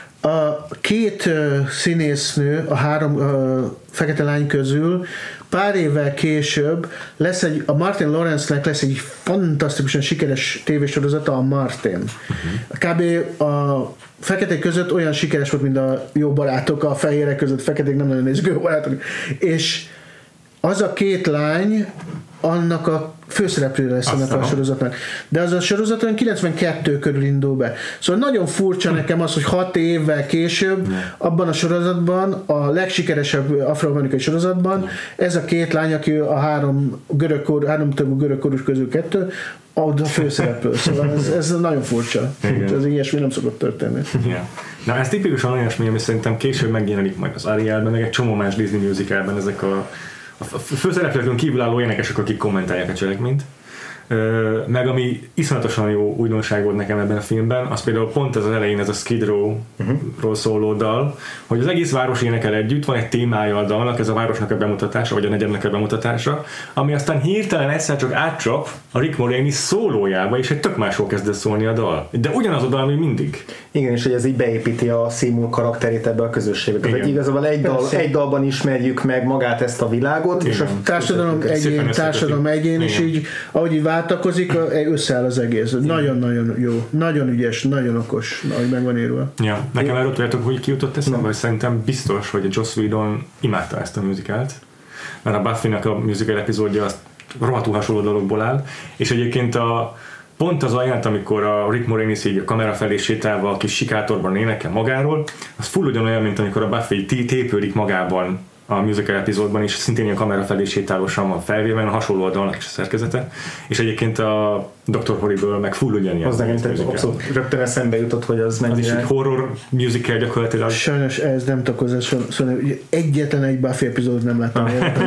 a két uh, színésznő, a három uh, fekete lány közül pár évvel később lesz egy, a Martin Lawrence-nek lesz egy fantasztikusan sikeres tévésorozata, a Martin. Uh-huh. Kb. A feketék között olyan sikeres volt, mint a Jó barátok, a fehérek között feketék nem nagyon nézik Jó barátok. És az a két lány annak a főszereplőre lesz ennek a sorozatnak. De az a sorozat olyan kilencvenkettő körül indul be. Szóval nagyon furcsa nekem az, hogy hat évvel később abban a sorozatban, a legsikeresebb afroamerikai sorozatban ez a két lány, aki a három görög kor, három többú görög korús közül kettő, a főszereplő. Szóval ez, ez nagyon furcsa. furcsa. Ez ilyesmi nem szokott történni. Yeah. Na ez tipikusan olyasmi, ami szerintem később megjelenik majd az Arielben, meg egy csomó más Disney musicalben ezek a a főszereplőkön kívülálló énekesek, akik kommentálják a cselekményt. Meg ami iszonyatosan jó újdonság volt nekem ebben a filmben, az például pont ez az elején, ez a Skid Row-ról uh-huh. szóló dal, hogy az egész város énekel együtt, van egy témája a dalnak, ez a városnak a bemutatása, vagy a negyednek a bemutatása, ami aztán hirtelen egyszer csak átcsap a Rick Moranis szólójába, és egy tök máshol kezdett szólni a dal. De ugyanaz a dal, ami mindig. Igen, és hogy ez így beépíti a Seymour karakterét ebbe a közösségbe. Tehát igazából egy, dal, egy dalban ismerjük meg magát ezt a világot, igen. És a társadalom egyén, társadalom egyén, és így ahogy így váltakozik, összeáll az egész. Nagyon-nagyon jó, nagyon ügyes, nagyon okos, ahogy meg van írva. Ja, nekem erről tudjátok, hogy ki jutott eszembe, hogy szerintem biztos, hogy a Joss Whedon imádta ezt a musicalt, mert a Buffy-nak a musical epizódja az rohadtul hasonló dologból áll, és egyébként a pont az ajánlat, amikor a Rick Moranis így a kamera felé sétálva a kis sikátorban énekel magáról, az full ugyanolyan, mint amikor a Buffy tépődik magában a musical epizódban, és szintén ilyen kamera felé sétálósan van felvéve, a hasonló a dalnak is a szerkezete, és egyébként a doktor Horrible meg full ugyanilyen. Az nekem abszolút rögtön eszembe jutott, hogy az mennyire. Az is egy horror musical gyakorlatilag. Sajnos ez nem takozás, szóval egyetlen egy Buffy epizódot nem láttam.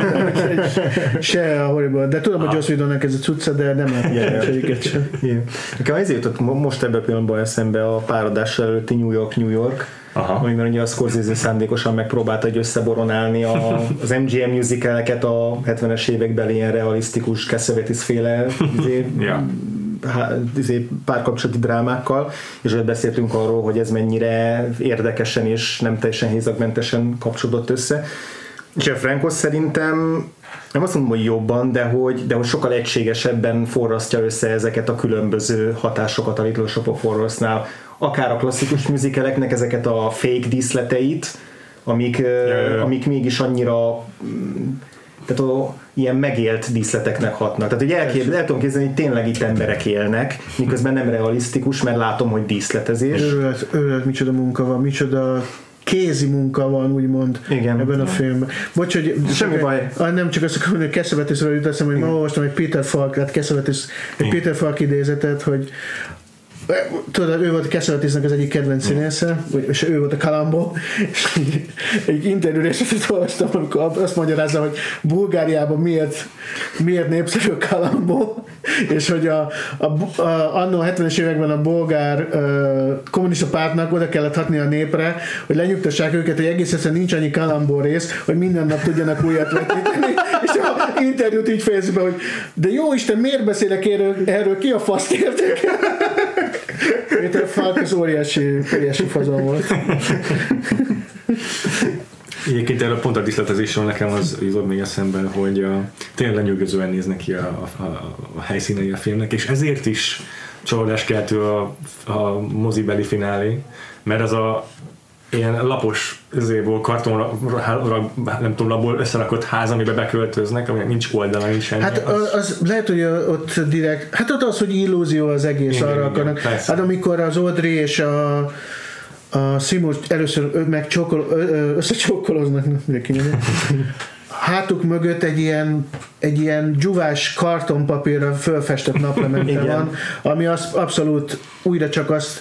Se a Horrible, de tudom, hogy Joss Whedonnak ez a cucca, de nem láttam egyiket sem. Nekem ezért jutott most ebben a pillanatban eszembe a páradás előtti New York, New York, aha. Amiben ugye a Scorsese szándékosan megpróbálta egy összeboronálni a, az em gé em musicaleket a hetvenes évekbeli ilyen realisztikus Cassavetes féle ja. párkapcsolati drámákkal, és ott beszéltünk arról, hogy ez mennyire érdekesen és nem teljesen hézagmentesen kapcsolódott össze. És a Frankos szerintem nem azt mondom, hogy jobban, de hogy, de hogy sokkal egységesebben forrasztja össze ezeket a különböző hatásokat a Little Shop of Horrorsnál, akár a klasszikus musicaleknek ezeket a fake díszleteit, amik, yeah, yeah. amik mégis annyira tehát a, ilyen megélt díszleteknek hatnak. Tehát, hogy elkép, el tudom képzelni, hogy tényleg itt emberek élnek, miközben nem realisztikus, mert látom, hogy díszletezés. Őrület, őrület, micsoda munka van, micsoda kézi munka van, úgymond, igen, ebben a filmben. Bocs, hogy semmi baj. Nem csak azt akarom, hogy Cassavetes-ről jut eszembe, hogy ma olvastam egy Peter Falk, hát Cassavetes, egy Peter Falk idézetet, hogy tudod, ő volt a Cassavetes-nek az egyik kedvenc színésze, és ő volt a Columbo, és egy interjú részletet olvastam, amikor azt magyarázza, hogy Bulgáriában miért, miért népszerű a Columbo, és hogy a, a, a, annó a hetvenes években a bolgár uh, kommunista pártnak oda kellett hatni a népre, hogy lenyugtassák őket, hogy egész egyszerűen nincs annyi Columbo rész, hogy minden nap tudjanak újat vetíteni, és a interjút így fejezik be, hogy de jó Isten, miért beszélek erről, erről ki a faszt érték? Peter Falk az óriási, óriási fazon volt. Egyébként erről pont a díszletezésről nekem az jutott még eszembe, hogy a, tényleg lenyűgözően néznek ki a, a, a, a helyszínei a filmnek, és ezért is csalódáskeltő a, a mozibeli finálé, mert az a ilyen lapos ezéből kartonra, nem tudom, labból összerakott ház, amiben beköltöznek, aminek nincs oldala, nincs semmi. Hát az, az lehet, hogy ott direkt, hát ott az, hogy illúzió az egész, igen, arra akarnak. Hát amikor az Audrey és a, a Simon először megcsókol, összecsókoloznak, hátuk mögött egy ilyen, egy ilyen dzsuvás kartonpapírra fölfestett naplemente van, ami az abszolút újra csak azt,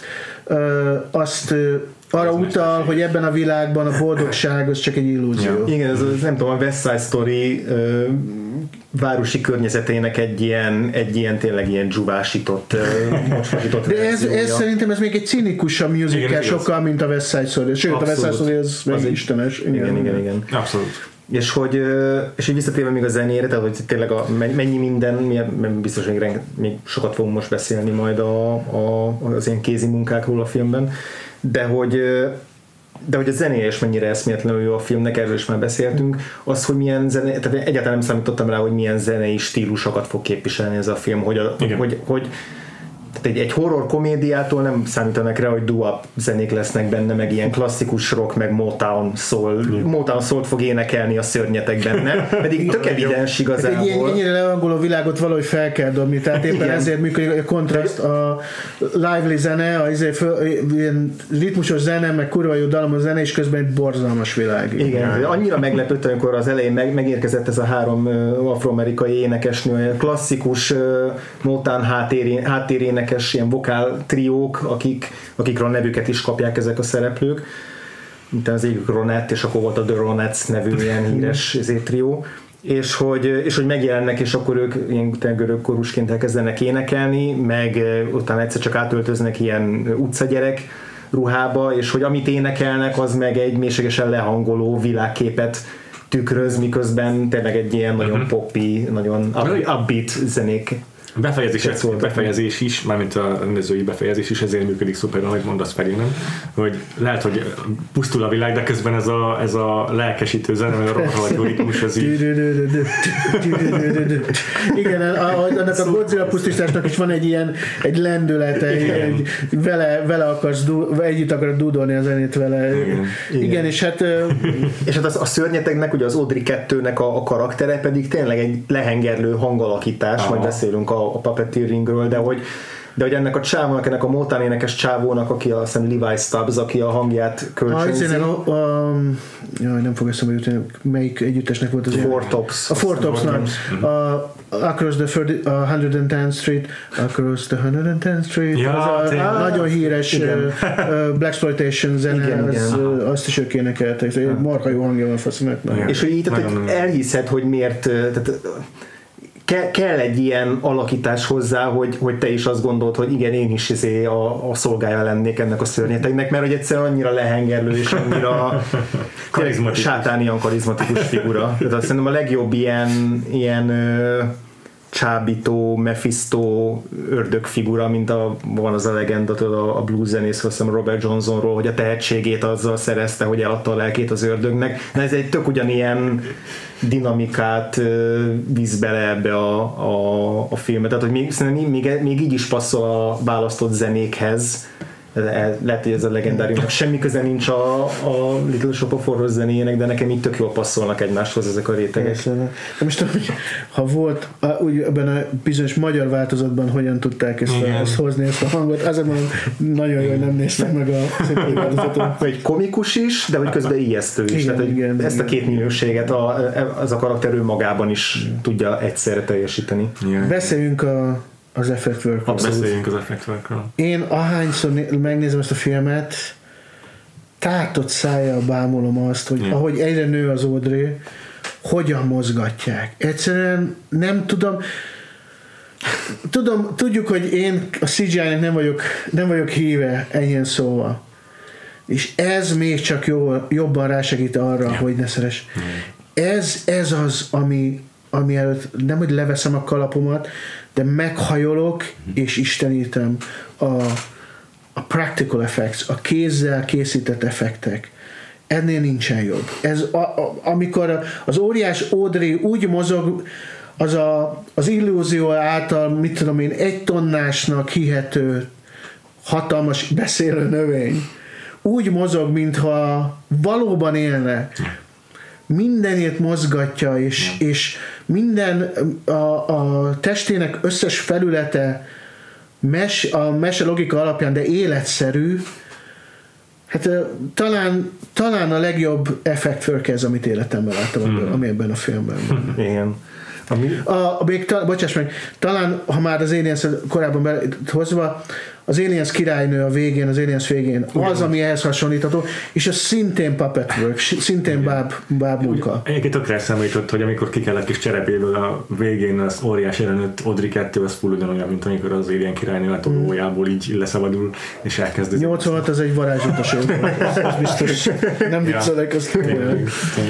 azt arra utal, hogy ebben a világban a boldogság az csak egy illúzió. Ja. Igen, ez, ez nem tudom, a West Side Story ö, városi környezetének egy ilyen, egy ilyen tényleg ilyen dzsuvásított, mocsvasított de ez, ez szerintem ez még egy cinikusabb musical sokkal, mint a West Side Story. Sőt, abszolút. A West Side Story az, az meg istenes. Igen, igen, igen, igen. Abszolút. És hogy, és így visszatérve még a zenére, tehát hogy tényleg a, mennyi minden, biztos még, renget, még sokat fogunk most beszélni majd a, a, az ilyen kézi munkákról a filmben, de hogy, de hogy a zenéje is mennyire eszméletlenül jó a filmnek, erről is már beszéltünk, az, hogy milyen zene, tehát egyáltalán nem számítottam rá, hogy milyen zenei stílusokat fog képviselni ez a film, hogy, a, hogy, hogy tehát egy, egy horror komédiától nem számítanak rá, hogy doo-wop zenék lesznek benne, meg ilyen klasszikus rock, meg Motown soul, mm. Motown soul-t fog énekelni a szörnyetek benne, pedig tök evidens igazából. Egy ilyen, ennyire leangoló világot valahogy fel kell dobni, tehát éppen igen. Ezért működik a kontraszt, a lively zene, a izé föl, ilyen ritmusos zene, meg kurva jó dalomos zene, és közben egy borzalmas világ. Igen, ja. Annyira meglepett, amikor az elején meg, megérkezett ez a három uh, afroamerikai énekesnő, klasszikus uh, Motown háttérén, háttérének ilyen vokál triók, akik, akikről a nevüket is kapják ezek a szereplők, mint az egyik Ronett, és akkor volt a The Ronettes nevű ilyen híres trió, és hogy, és hogy megjelennek, és akkor ők ilyen görög korusként elkezdenek énekelni, meg utána egyszer csak átöltöznek ilyen utcagyerek ruhába, és hogy amit énekelnek, az meg egy mélységesen lehangoló világképet tükröz, miközben tényleg egy ilyen nagyon uh-huh. poppy, nagyon upbeat zenék. A befejezés, befejezés is, mármint a rendezői befejezés is ezért működik szuper, ahogy mondasz Feri, nem? Hogy lehet, hogy pusztul a világ, de közben ez a, ez a lelkesítő zene, vagy a rohadt ritmus, ez így... Igen, annak a Godzilla pusztításnak is van egy ilyen egy lendülete, egy, vele, vele akarsz, együtt akarod dúdolni a zenét vele. Igen, Igen. Igen és hát... és hát az, a szörnyetegnek, ugye az Audrey kettőnek a, a karaktere pedig tényleg egy lehengerlő hangalakítás, majd beszélünk a a puppeteeringről, de hogy, de hogy ennek a csávónak, ennek a Motown énekes csávónak, aki a szem Levi Stubbs, aki a hangját kölcsönzi. Ah, a, a, jaj, nem fog eszembe jutni, melyik együttesnek volt az Four Tops. A Four Topsnak. A Across the one hundred tenth Street, Across the one hundred tenth Street, ja, az a ah, nagyon híres uh, Blaxploitation zene, igen, az, igen. Uh, azt is ők énekeltek, ja. Marha jó hangja van faszináltan. És hogy így tehát, elhiszed, hogy miért, tehát, Ke- kell egy ilyen alakítás hozzá, hogy, hogy te is azt gondolod, hogy igen, én is izé a, a szolgája lennék ennek a szörnyetegnek, mert hogy egyszerűen annyira lehengerlő és annyira sátánian karizmatikus figura. Tehát azt szerintem a legjobb ilyen, ilyen ö, csábító, Mephisto ördögfigura, mint a, van az a legenda a, a blues zenész, azt hiszem Robert Johnsonról, hogy a tehetségét azzal szerezte, hogy eladta a lelkét az ördögnek. Na ez egy tök ugyanilyen dinamikát visz bele ebbe a, a, a filmet. Tehát, hogy még, még, még, még így is passzol a választott zenékhez. Lehet, hogy ez a legendáriumnak semmi köze nincs a, a Little Shop of Horrors zenéjének, de nekem így tök jól passzolnak egymáshoz ezek a rétegek. Nem is tudom, hogy ha volt úgy ebben a bizonyos magyar változatban hogyan tudták ezt, a, ezt hozni, ezt a hangot, azért mondom, nagyon jól nem néztem meg a szintén változatot. Egy komikus is, de hogy közben ijesztő is. Igen, Tehát, igen, ezt igen. a két minőséget a, az a karakter ő magában is tudja egyszerre teljesíteni. Igen. Beszéljünk a az Effect Workről. Beszéljünk az Effect Workről. Én ahányszor megnézem ezt a filmet, tátott szájjal bámulom azt, hogy yeah. ahogy egyre nő az Audrey, hogyan mozgatják. Egyszerűen nem tudom, tudom, tudjuk, hogy én a cé gé í-nek nem vagyok, nem vagyok híve ennyien szóval. És ez még csak jól, jobban rásegít arra, yeah. hogy ne szeres. Yeah. Ez, ez az, ami, ami előtt nem, hogy leveszem a kalapomat, de meghajolok és istenítem a, a practical effects, a kézzel készített effektek. Ennél nincsen jobb. Ez a, a, amikor az óriás Audrey úgy mozog, az a, az illúzió által, mit tudom én, egy tonnásnak hihető hatalmas beszélő növény úgy mozog, mintha valóban élne. Mindenét mozgatja, és, yeah. és minden a, a testének összes felülete mes, a mese logika alapján, de életszerű. Hát talán, talán a legjobb effect work ez, amit életemben láttam, mm. ami ebben a filmben van. Igen. Ami... A, a, még, ta, bocsáss meg, talán, ha már az Aliens korábban behozva, az Aliens királynő a végén, az Aliens végén, az, ami ehhez hasonlítható, és az szintén puppet work, szintén báb, báb munka. Egyébként tökre eszembe jutott, hogy amikor ki kellett kis cserepéből a végén az óriás jelenőtt Audrey kettő, az full ugyanolyan, mint amikor az Alien királynő a tolójából így leszabadul, és elkezd. nyolcvanhat az egy varázslatos év. Ez biztos. Nem viccelek, azt tényleg.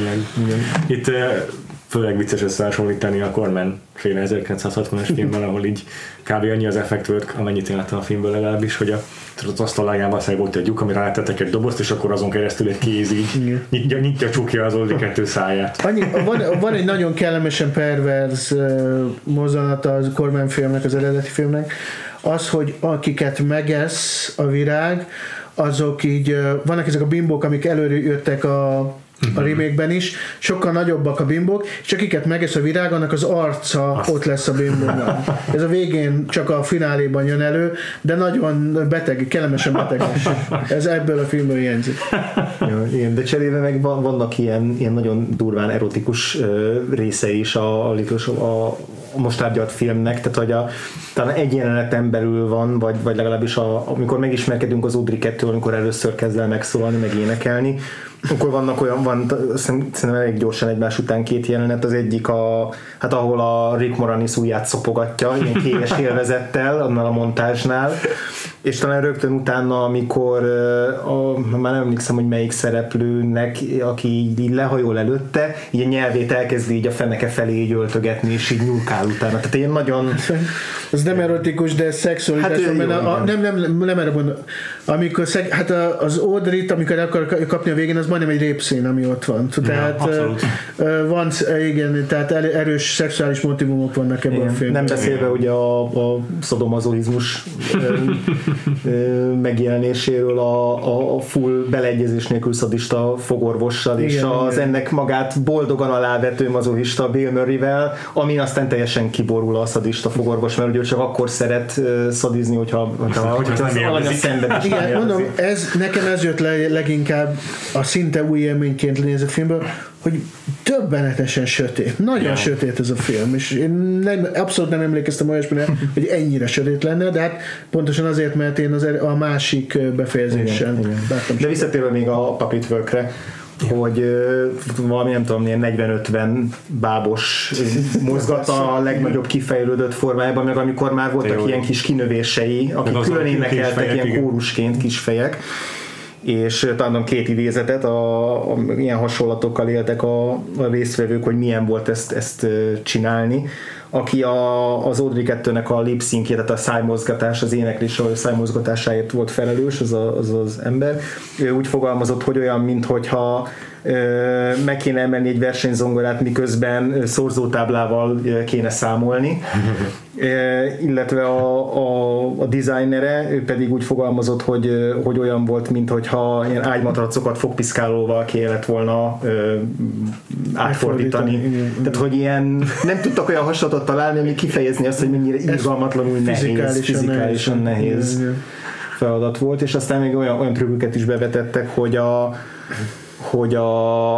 Itt főleg vicces összehasonlítani a Corman féle ezerkilencszázhatvanas filmmel, ahol így kb. Annyi az effect work, amennyit én láttam a filmből legalábbis, hogy a, az asztalájában szeg volt egy lyuk, amire rátettek egy dobozt, és akkor azon keresztül egy kéz így nyitja, nyitja csukja az Audrey kettő száját. Annyi, van, van egy nagyon kellemesen perverz uh, mozzanata a Corman filmnek, az eredeti filmnek, az, hogy akiket megesz a virág, azok így, uh, vannak ezek a bimbók, amik előre jöttek a a remake-ben is, sokkal nagyobbak a bimbók, és akiket megesz a virág, annak az arca Azt. ott lesz a bimbóban. Ez a végén csak a fináléban jön elő, de nagyon beteg, kellemesen beteges. Ez ebből a filmből hiányzik. Ja, igen, de cserébe meg vannak ilyen, ilyen nagyon durván erotikus részei is a, a, a, a most tárgyalt filmnek, tehát hogy a, talán egy jeleneten belül van, vagy, vagy legalábbis a, amikor megismerkedünk az Audrey kettővel, amikor először kezd el megszólalni, meg énekelni, akkor vannak olyan, van, szerintem elég gyorsan egymás után két jelenet, az egyik a, hát ahol a Rick Moranis ujját szopogatja, ilyen kélyes élvezettel, annál a montázsnál, és talán rögtön utána, amikor a, már nem emlékszem, hogy melyik szereplőnek, aki így lehajol előtte, így a nyelvét elkezdi így a feneke felé így öltögetni, és így nyúlkál utána. Tehát ilyen nagyon... Ez nem erotikus, de szexualitás. Hát, mert a, a, nem, nem, nem erre mondom. Amikor szeg, hát az Audrey-t, amikor akar kapni a végén, az majdnem egy répszín, ami ott van. Tehát ja, van, igen, tehát erős szexuális motivumok vannak ebben a filmben. Nem beszélve ugye a, a szodomazoizmus megjelenéséről a, a full beleegyezés nélkül szadista fogorvossal, igen, és az igen. ennek magát boldogan alávető mazohista Bill Murray-vel, amin aztán teljesen kiborul a szadista fogorvos, mert ugye csak akkor szeret szadizni, hogyha, hogyha, hogyha az alany a szenvedés. Igen, mondom, ez, nekem ez jött le leginkább a szinte új élményként nézett filmből, hogy döbbenetesen sötét. Nagyon yeah. sötét ez a film, és én nem, abszolút nem emlékeztem olyasmire, hogy ennyire sötét lenne, de hát pontosan azért, mert én az, a másik befejezésen láttam. De visszatérve még a Puppet Workre, hogy uh, valami nem tudom, ilyen negyven-ötven bábos mozgata a legnagyobb kifejlődött formájában, meg amikor már voltak Jó. ilyen kis kinövései, akik külön énekeltek ilyen kórusként, kisfejek, és talán két idézetet, a, a, ilyen hasonlatokkal éltek a, a résztvevők, hogy milyen volt ezt, ezt csinálni. Aki a, az Audrey kettőnek a lip-syncje, tehát a szájmozgatás, az éneklés, a szájmozgatásáért volt felelős, az, a, az az ember. Ő úgy fogalmazott, hogy olyan, minthogyha meg kéne emelni egy versenyzongorát, miközben szorzótáblával kéne számolni. Illetve a, a, a designere, ő pedig úgy fogalmazott, hogy, hogy olyan volt, minthogyha ilyen ágymatracokat fogpiszkálóval kellett volna ö, átfordítani. Tehát, hogy ilyen, nem tudtak olyan hasonlatot találni, ami kifejezni azt, hogy mennyire irgalmatlanul nehéz, fizikálisan, fizikálisan nehéz, nehéz feladat volt, és aztán még olyan, olyan trükköket is bevetettek, hogy a hogy a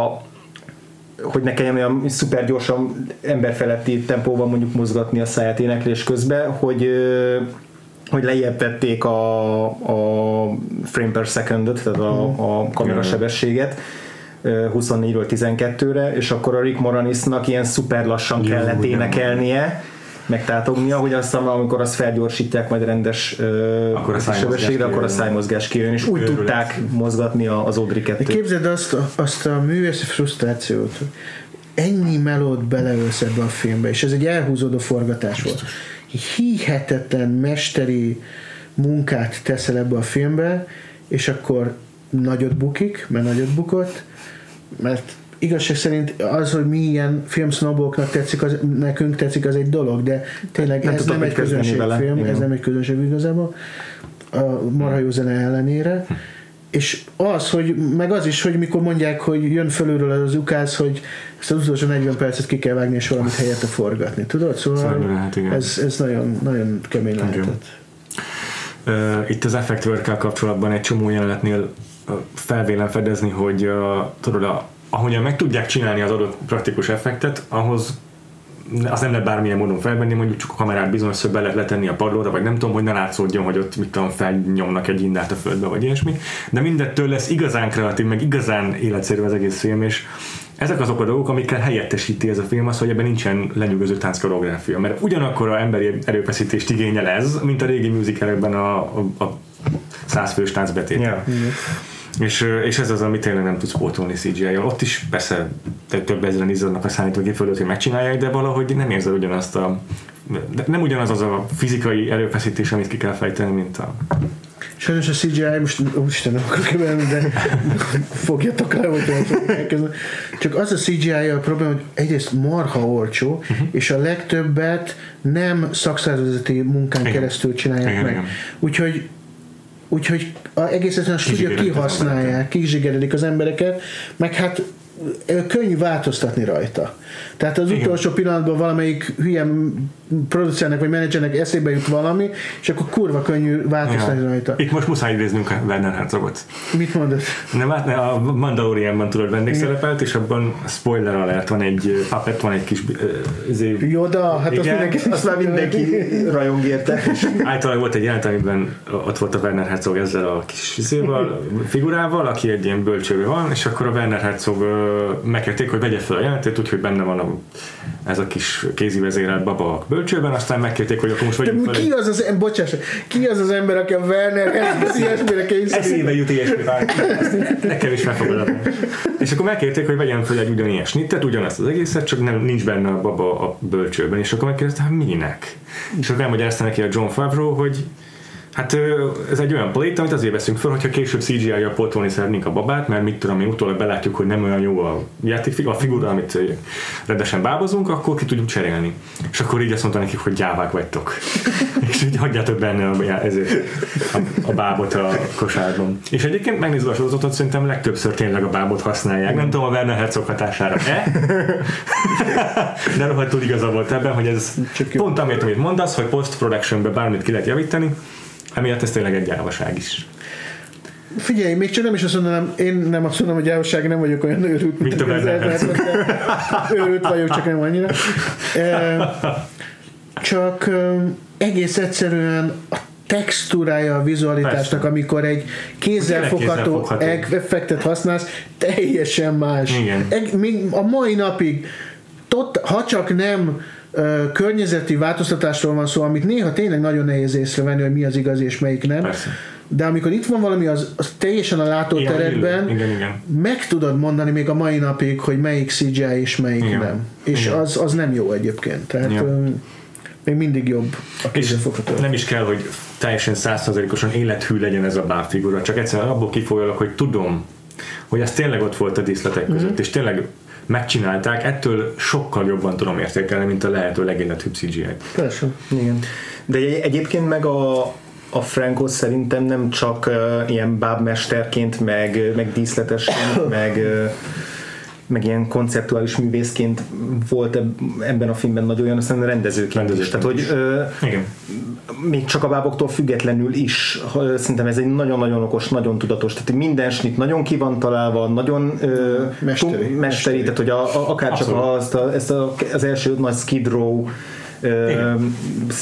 hogy ne kelljen olyan szuper gyorsan emberfeletti tempóval mondjuk mozgatni a száját éneklés közben, hogy hogy lejjebb vették a, a frame per secondot, tehát a, a kamerasebességet huszonnégyről tizenkettőre, és akkor a Rick Moranisnak ilyen szuper lassan kellett énekelnie, megtátognia, hogy aztán amikor azt felgyorsítják majd rendes akkor uh, sebességre, akkor a szájmozgás kijön, és úgy őrület. Tudták mozgatni az Audrey kettőt. Képzeld azt, azt a művészi frusztrációt, ennyi melót beleölsz ebbe a filmbe, és ez egy elhúzódó forgatás volt. Hihetetlen mesteri munkát teszel ebbe a filmbe, és akkor nagyot bukik, mert nagyot bukott, mert igazság szerint az, hogy mi ilyen filmsznoboknak tetszik, az, nekünk tetszik, az egy dolog, de tényleg nem ez nem egy közönségfilm, ez nem egy közönség igazából, a marha jó zene ellenére, és az, hogy, meg az is, hogy mikor mondják, hogy jön fölülről az ukáz, hogy ezt az utolsó negyven percet ki kell vágni, és valamit helyette forgatni, tudod? Szóval lehet, ez, ez nagyon, nagyon kemény lehetett. Uh, itt az Effect Work-kel kapcsolatban egy csomó jelenetnél felvélem fedezni, hogy uh, tudod, a ahogyan meg tudják csinálni az adott praktikus effektet, ahhoz az nem lehet bármilyen módon felvenni, mondjuk csak a kamerát bizonyos be lehet letenni a padlóra, vagy nem tudom, hogy ne látszódjon, hogy ott mit tudom, felnyomnak egy indát a földbe, vagy ilyesmi, de mindettől lesz igazán kreatív, meg igazán életszerű az egész film, és ezek azok a dolgok, amikkel helyettesíti ez a film az, hogy ebben nincsen lenyűgöző tánckoreográfia, mert ugyanakkor a emberi erőfeszítést igényel ez, mint a régi musicalekben a, a, a százfős táncbetétel. Yeah. Mm-hmm. És, és ez az, amit tényleg nem tudsz pótolni cé gé í-jal. Ott is persze több ezeren izzadnak a szállítógép fölött, hogy megcsinálják, de valahogy nem érzed ugyanazt a nem ugyanaz az a fizikai erőfeszítés, amit ki kell fejteni, mint a sajnos a cé gé í most úristen nem akarok kimenni, de fogjatok le, hogy elkezdeni. Csak az a cé gé í a probléma, hogy egyrészt marha olcsó, uh-huh. és a legtöbbet nem szakszervezeti munkán igen. keresztül csinálják igen, meg. Igen. Úgyhogy Úgyhogy egész egyszerűen a stúdió kihasználják, kizsigerelik az embereket, meg hát könnyű változtatni rajta. Tehát az igen. utolsó pillanatban valamelyik hülye producernek vagy menedzsernek eszébe jut valami, és akkor kurva könnyű változtatni ja. rajta. Itt most muszáj idéznünk a Werner Herzogot. Mit mondasz? Nem, hát a Mandalorianban tudod vendégszerepelt, és abban spoiler alert, van egy puppet, van egy kis uh, Yoda, hát azt mindenki, azt már mindenki rajong érte. Általában volt egy jelent, amiben ott volt a Werner Herzog ezzel a kis izéval, figurával, aki egy ilyen bölcsővé van, és akkor a Werner Herzog uh, megkérték, hogy vegye fel a jelentet, úgyhogy benne van a, ez a kis kézi vezérelt baba a bölcsőben, aztán megkérték, hogy akkor most vagyunk ki az az, bocsáss, ki az az ember, aki a Werner Herzog ilyesmire kényszerít? Eszébe jut ilyesmi bár. Nekem is megfogadom. És akkor megkérték, hogy vegyen fel egy ugyanilyen snittet, ugyanazt az egészet, csak nem, nincs benne a baba a bölcsőben, és akkor megkérdezte, hát minek? És akkor elmagyarázta neki a Jon Favreau, hogy hát ez egy olyan plét, amit azért veszünk fel, hogyha később cé gé í-jal pótolni szeretnénk a babát, mert mit tudom, mi utólag belátjuk, hogy nem olyan jó a játék, a figura, amit rendesen bábozunk, akkor ki tudjuk cserélni. És akkor így azt mondta nekik, hogy gyávák vagytok. És így hagyjátok benne a, ezért a, a bábot a kosárban. És egyébként megnézve a sorozatot, szerintem legtöbbször tényleg a bábot használják. Nem tudom, a Werner Herzog hatására e? De rohadtul igaza volt ebben, hogy ez pont amit, amit mondasz, hogy post-productionben bármit ki lehet javítani, emiatt ez tényleg egy gyávaság is. Figyelj, még csak nem is azt mondanám, én nem azt mondom, hogy gyávaság, nem vagyok olyan őrült, mint a őrült vagyok, csak nem annyira. Csak egész egyszerűen a textúrája a vizualitásnak, persze. amikor egy kézzelfogható effektet használsz, teljesen más. Igen. Még a mai napig, tot, ha csak nem Uh, környezeti változtatásról van szó, amit néha tényleg nagyon nehéz észrevenni, hogy mi az igazi és melyik nem. Persze. de amikor itt van valami, az, az teljesen a látóterekben, igen, igen. meg tudod mondani még a mai napig, hogy melyik cé gé í és melyik igen. nem. És az, az nem jó egyébként. Tehát igen. még mindig jobb a kézzelfogható. Nem is kell, hogy teljesen száz százalékosan élethű legyen ez a bábfigura, csak egyszerűen abból kifolyólag, hogy tudom, hogy ez tényleg ott volt a díszletek között, mm-hmm. és tényleg megcsinálták, ettől sokkal jobban tudom értékelni, mint a lehető legélethűbb cé gé í. Persze. Igen. De egyébként meg a, a Franco szerintem nem csak uh, ilyen bábmesterként, meg, meg díszletesként, meg, uh, meg ilyen konceptuális művészként volt ebben a filmben nagy olyan, aztán rendezőként, rendezőként is. Tehát, hogy uh, Igen. még csak a báboktól függetlenül is uh, szerintem ez egy nagyon-nagyon okos, nagyon tudatos, tehát minden snit nagyon ki van találva, nagyon uh, mesteri, tum, mesteri, mesteri, tehát hogy a, a, akár Abszolút. csak azt a, ezt a, az első nagy Skid Row Igen.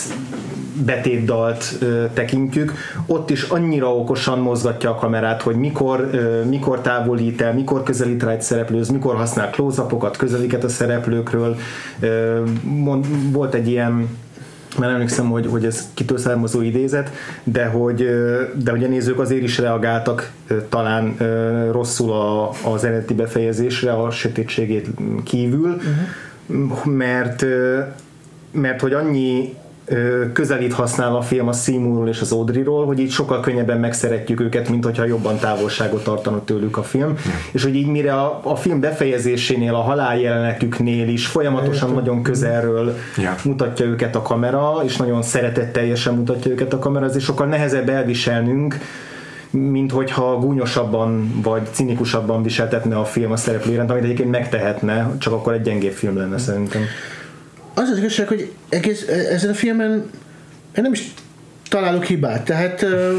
betétdalt ö, tekintjük, ott is annyira okosan mozgatja a kamerát, hogy mikor, ö, mikor távolít el, mikor közelít rá egy szereplőhöz, mikor használ close-upokat, közeliket a szereplőkről. Ö, mond, volt egy ilyen, mert emlékszem, hogy, hogy ez kitől származó idézet, de hogy, de hogy a nézők azért is reagáltak talán rosszul a, az eredeti befejezésre, a sötétségét kívül, uh-huh. mert mert hogy annyi közelít használ a film a Seymourról és az Audrey-ról, hogy így sokkal könnyebben megszeretjük őket, mint hogyha jobban távolságot tartanak tőlük a film. Ja. És hogy így mire a, a film befejezésénél, a haláljelenetüknél is folyamatosan ja, nagyon közelről ja. mutatja őket a kamera, és nagyon szeretetteljesen mutatja őket a kamera, azért sokkal nehezebb elviselnünk, mint hogyha gúnyosabban vagy cinikusabban viseltetne a film a szereplő iránt, amit egyébként megtehetne, csak akkor egy gyengébb film lenne szerintem. Az az igazság, hogy egész, ezen a filmen én nem is találok hibát. Tehát uh,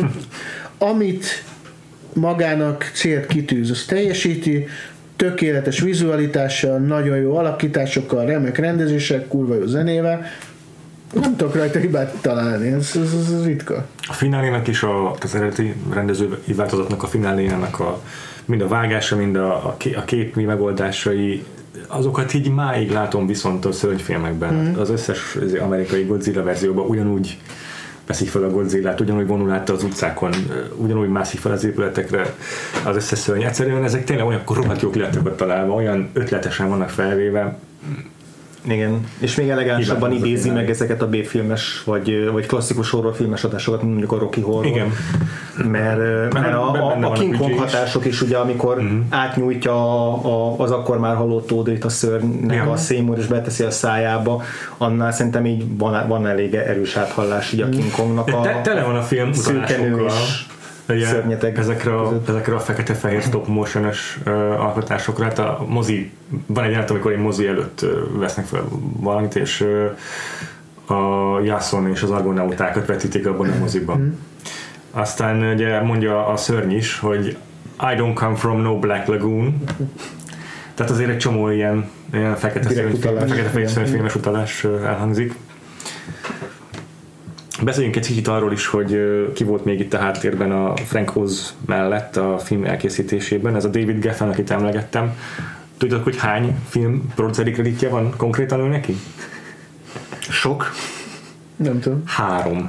amit magának célt kitűz, az teljesíti, tökéletes vizualitással, nagyon jó alakításokkal, remek rendezések, kurva jó zenével. Nem tudok rajta hibát találni, ez, ez, ez ritka. A finálénak és a, az eredeti rendezői változatnak a finálénak a, mind a vágása, mind a, a képi megoldásai, azokat így máig látom viszont a szörnyfilmekben. Mm. Az összes az amerikai Godzilla verzióban ugyanúgy veszik fel a Godzillát, ugyanúgy vonul át az utcákon, ugyanúgy mászik fel az épületekre az összes szörny. Egyszerűen ezek tényleg olyan rohadt jók lettek találva, olyan ötletesen vannak felvéve. Igen, és még elegánsabban idézi meg ezeket a B-filmes vagy, vagy klasszikus horrorfilmes hatásokat, mint mondjuk a Rocky Horror. Igen. Mert, mert a, a, a King Kong hatások is, ugye, amikor uh-huh. átnyújtja a, a, az akkor már halott Audrey-t a szörnynek ja. a Seymour és beteszi a szájába, annál szerintem így van, van elég erős áthallás így a King Kongnak a te, tele van a film utalásokkal. Szörnyeteg ezekre a, ezekre a fekete-fehér stop motion-ös uh, alkotásokra. Hát a mozi, van egy jelenet, amikor egy mozi előtt uh, vesznek fel valamit, és uh, a Jason és az argonautákat vetítik abban a moziban. Mm. Aztán ugye mondja a szörny is, hogy I don't come from no Black Lagoon. Tehát azért egy csomó ilyen, ilyen fekete-fehér szörnyfilmes utalás uh, elhangzik. Beszéljünk egy kicsit arról is, hogy ki volt még itt a háttérben a Frank Oz mellett a film elkészítésében. Ez a David Geffen, akit emlegettem. Tudod, hogy hány film produceri kreditje van konkrétan ő neki? Sok. Nem tudom. Három.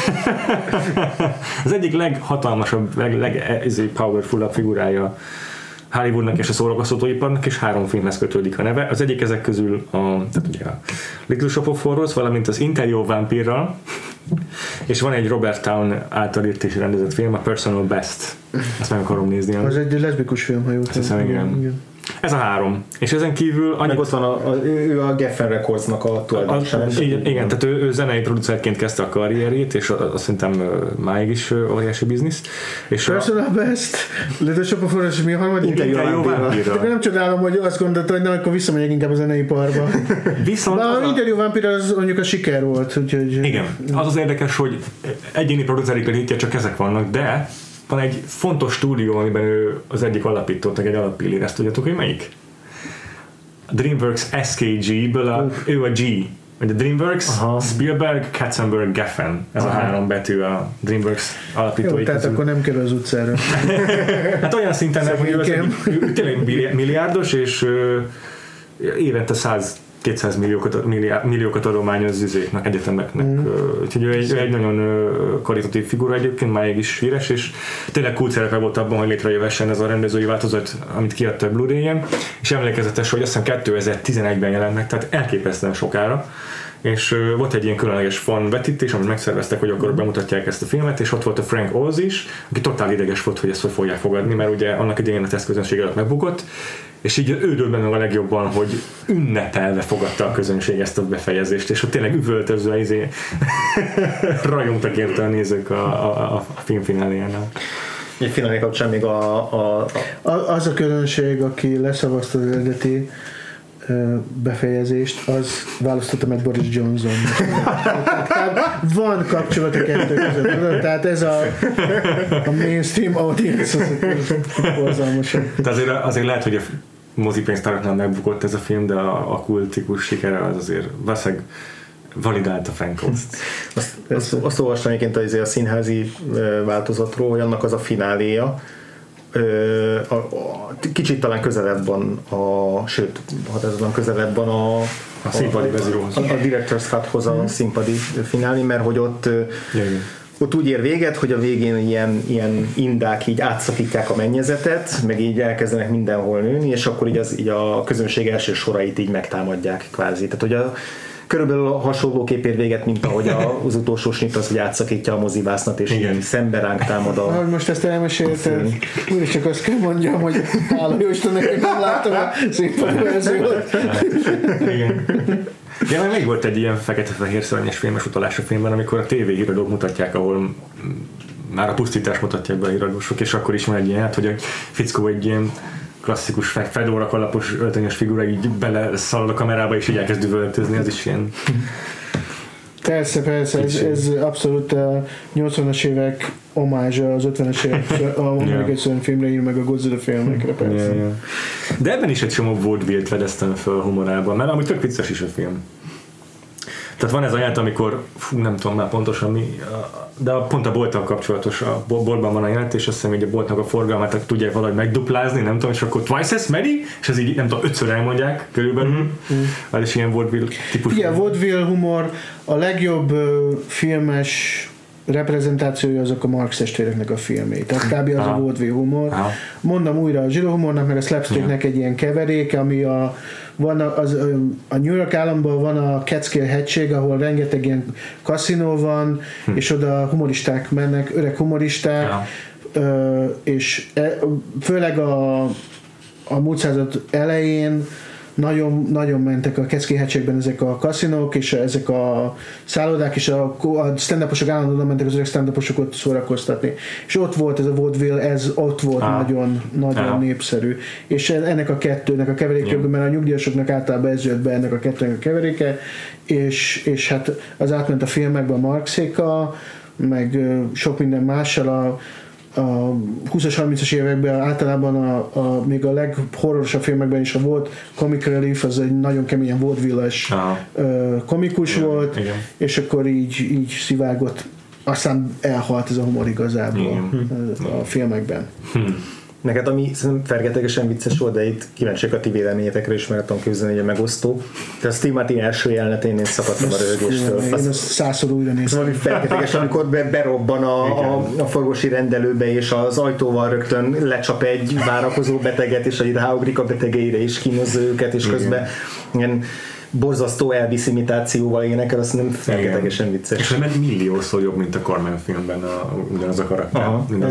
Az egyik leghatalmasabb, leg, leg powerfullabb figurája Hollywoodnak és a szórakoztatóiparnak, és három filmhez kötődik a neve. Az egyik ezek közül a, tehát ugye a Little Shop of Horrors, valamint az Interview Vampire-ral, és van egy Robert Town által írt és rendezett film, a Personal Best. Ezt meg akarom nézni. Az egy leszbikus film, ha jól tudom. Igen. Igen. Ez a három. És ezen kívül... Annyit... Meg ott van a, a, ő a Geffen Recordsnak a tulajdonosa. Igen, igen, tehát ő, ő zenei producerként kezdte a karrierét, és azt szerintem máig is óriási biznisz. És Personal a... Best, Little Shop of Horrors, mi a harmadik? Interview Vampire-ral. Nem csodálom, hogy azt gondolta, hogy nem, akkor visszamegyek inkább a zeneiparba. Viszont de az Interview Vampire az mondjuk a siker volt. Úgyhogy... Igen. Az az érdekes, hogy egyéni produceri kreditje csak ezek vannak, de van egy fontos stúdió, amiben ő az egyik alapított, egy alappillér, ezt tudjátok, hogy melyik? A DreamWorks es ká gé-ből a, uh. ő a G. Vagy a DreamWorks, aha. Spielberg, Katzenberg, Geffen. Ez aha. a három betű a DreamWorks alapítói. Jó, tehát akkor nem kerül az utcára. Hát olyan szinten nem, hogy ő, ő tényleg milliárdos, és ö, évente száz kétszáz milliókat, milliárd, milliókat adományoz üzéknek, egyetemeknek. Mm. Úgyhogy ő egy, egy nagyon karitatív figura egyébként, máig is híres, és tényleg kult szerepe volt abban, hogy létrejövessen ez a rendezői változat, amit kiadta a Blu-ray-en, és emlékezetes, hogy azt hiszem kétezer-tizenegyben jelent meg, tehát elképesztően sokára. És uh, volt egy ilyen különleges fan vetítés, amit megszerveztek, hogy akkor bemutatják ezt a filmet, és ott volt a Frank Oz is, aki totál ideges volt, hogy ezt hogy fogják fogadni, mert ugye annak idején a tesztközönség előtt megbukott, és így ő dőlt benne a legjobban, hogy ünnepelve fogadta a közönség ezt a befejezést, és ott tényleg üvöltözve izé rajongtak érte a nézők a, a, a filmfináléjánál. Egy finálé kapcsán még a, a, a... Az a közönség, aki leszavazta az eredeti befejezést, az választotta meg Boris Johnson. Tehát van kapcsolat a kettő között. Tehát ez a, a mainstream audience az borzalmasabb. Azért, azért lehet, hogy a mozipénztáraknál megbukott ez a film, de a, a kultikus sikere az azért valószínűleg validálta Frank Ozt. Azt, azt, azt olvastam egyébként a, a színházi változatról, hogy annak az a fináléja, Ö, a, a, kicsit talán közelebb van a, sőt, határozottan közelebb van a, a, a színpadi verzióhoz. A, a Director's Cut-hoz a színpadi finálé, mert hogy ott, Jaj, ott úgy ér véget, hogy a végén ilyen, ilyen indák így átszakítják a mennyezetet, meg így elkezdenek mindenhol nőni, és akkor így, az, így a közönség első sorait így megtámadják kvázi. Tehát, hogy a körülbelül hasonló kép ér véget, mint ahogy az utolsó snit az, hogy átszakítja a mozivásznat, és igen, szembe ránk támad a... Ahogy most ezt elmesélted, úgyis csak azt kell mondjam, hogy hála Jóistennek, hogy nem láttam a színpadi verziót. Igen. Ja, még volt egy ilyen fekete-fehér szörnyes filmes utalás a filmben, amikor a tévéhíradók mutatják, ahol már a pusztítást mutatják be a híradósok, és akkor is van egy ilyen, hogy a fickó egy ilyen klasszikus fedóra kalapos öltönyös figura így beleszalad a kamerába, és így elkezd üvöltözni, az is ilyen... Persze, persze, ez, ez abszolút a nyolcvanas évek omázsa az ötvenes évek amerikai szörny filmre ír meg a Godzilla filmekre, persze. Yeah, yeah. De ebben is egy csomó vaudeville-t fedeztem föl a humorában, mert amúgy tök vicces is a film. Tehát van ez a jelenet, amikor, fú, nem tudom már pontosan mi, de pont a bolttal kapcsolatos, a boltban van a jelenet, és azt hiszem, hogy a boltnak a forgalmát tudják valahogy megduplázni, nem tudom, és akkor twice as many, és ez így nem tudom, ötször elmondják körülbelül. Mm-hmm. Az is ilyen vaudeville típusú. Igen, vaudeville humor, a legjobb uh, filmes reprezentációja azok a Marx testvéreknek a filmé. Tehát kb. Az Aha. a vaudeville humor. Aha. Mondom újra, a zsidó humornak meg a slapsticknek egy ilyen keverék, ami a van a, az, a New York államban van a Catskill hegység, ahol rengeteg ilyen kaszinó van, hm. és oda humoristák mennek, öreg humoristák, ja. és főleg a, a múlt század elején nagyon, nagyon mentek a Catskill hegységben ezek a kaszinók, és ezek a szállodák, és a, a stand-uposok állandóan mentek az öreg stand-uposokat szórakoztatni. És ott volt ez a vaudeville, ez ott volt ah. nagyon, nagyon ah. népszerű. És ennek a kettőnek a keverékéből, mert a nyugdíjasoknak általában ez jött be ennek a kettőnek a keveréke, és, és hát az átment a filmekbe a Marxéka, meg sok minden mással a a húszas, harmincas években általában a, a, még a leghorrorosabb filmekben is, ha volt comic relief, az egy nagyon keményen vaudeville-es komikus igen, volt, igen. és akkor így, így szivárgott, aztán elhalt ez a humor igazából igen. a filmekben. Hmm. Neked, ami szerintem fergetegesen vicces volt, de itt kíváncsiak a ti véleményetekre is, mert tudom képzelni, hogy a megosztó. De a Steve Martin első jelenetén én szakadtam a röhögéstől. Én azt százszor újra néztem. Valami fergeteges, amikor be, berobban a, a, a forgósi rendelőbe, és az ajtóval rögtön lecsap egy várakozó beteget, és hogy ráugrik a betegeire, és kínozza őket, és közben ilyen borzasztó Elvis imitációval énekel, azt nem fergetegesen vicces. És nem milliószor jobb, mint a Corman filmben a, ugyanaz a karakter.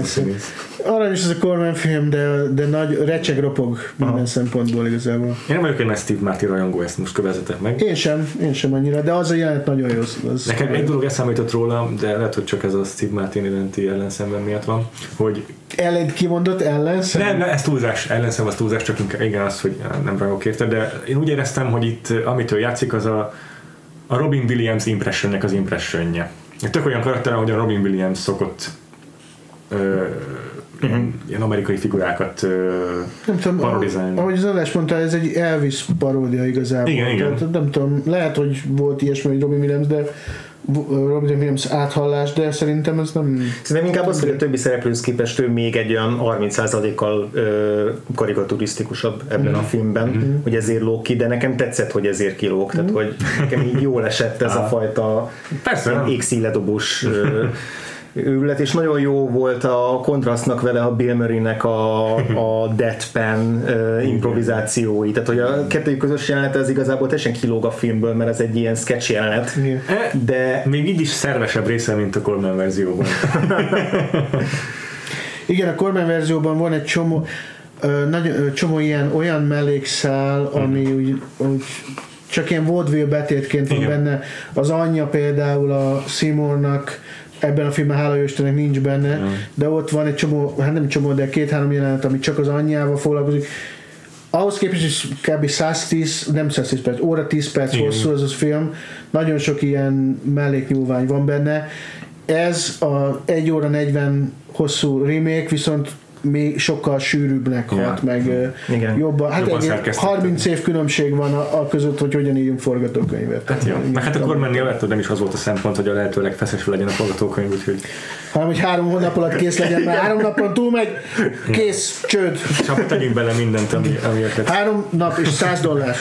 Arra is ez a Corman film, de, de nagy recseg ropog minden Aha. szempontból igazából. Én nem vagyok egy nagy Steve Martin rajongó, ezt most kövezetek meg. Én sem, én sem annyira, de az a jelenet nagyon jó. Az Nekem egy dolog eszembe jutott róla, de lehet, hogy csak ez a Steve Martin iránti ellenszemben miatt van, hogy ellen kimondott ellenszem? Nem, nem, ez túlzás, ellenszem az túlzás, csak inkább, igen, az, hogy nem rajongok érte, de én úgy éreztem, hogy itt, amit ő játszik, az a, a Robin Williams impressionnek az impressionje. Tök olyan karakter, ahogy a Robin Williams szokott ö, uh-huh. ilyen amerikai figurákat ö, nem tudom, parodizálni. Ahogy az András mondta, ez egy Elvis paródia igazából. Igen, igen. Tehát, nem tudom, lehet, hogy volt ilyesmi, hogy Robin Williams, de Robin Williams áthallás, de szerintem ez nem... Szerintem inkább az, hogy a többi szereplőhöz képest ő még egy olyan harminc százalékkal ö, karikaturisztikusabb ebben mm. a filmben, mm. hogy ezért lóg ki, de nekem tetszett, hogy ezért kilóg, mm. tehát hogy nekem így jól esett ez a fajta égszíledobós őrület, és nagyon jó volt a kontrasztnak vele a Bill Murray-nek a, a deadpan uh, improvizációi, tehát hogy a kettőjük közös jelenete az igazából teljesen kilóg a filmből, mert ez egy ilyen sketch jelenet, de még így is szervesebb része, mint a Corman verzióban. Igen, a Corman verzióban van egy csomó uh, nagy, csomó ilyen olyan mellékszál, ami hmm. úgy, úgy csak ilyen vaudeville betétként van igen. benne. Az anyja például a Seymournak ebben a filmben, hála jó Istennek, nincs benne, mm. de ott van egy csomó, hát nem csomó, de két-három jelenet, ami csak az anyjával foglalkozik. Ahhoz képest is kb. száztíz, nem száztíz perc, óra tíz perc mm. hosszú az a film, nagyon sok ilyen melléknyúlvány van benne. Ez a egy óra negyven hosszú remake viszont még sokkal sűrűbbnek hat, yeah. meg igen. jobban. Hát jobban egy harminc év különbség van a, a között, hogy hogyan írjunk forgatókönyvet. Hát jó. Meg hát akkor menni lehet, nem is az volt a szempont, hogy a lehetőleg feszesül legyen a forgatókönyv, úgyhogy... Hanem, hogy három hónap alatt kész legyen, mert három napon túlmegy, kész, csőd. És akkor tegyünk bele mindent, ami, ami őket... Három nap és száz dollár.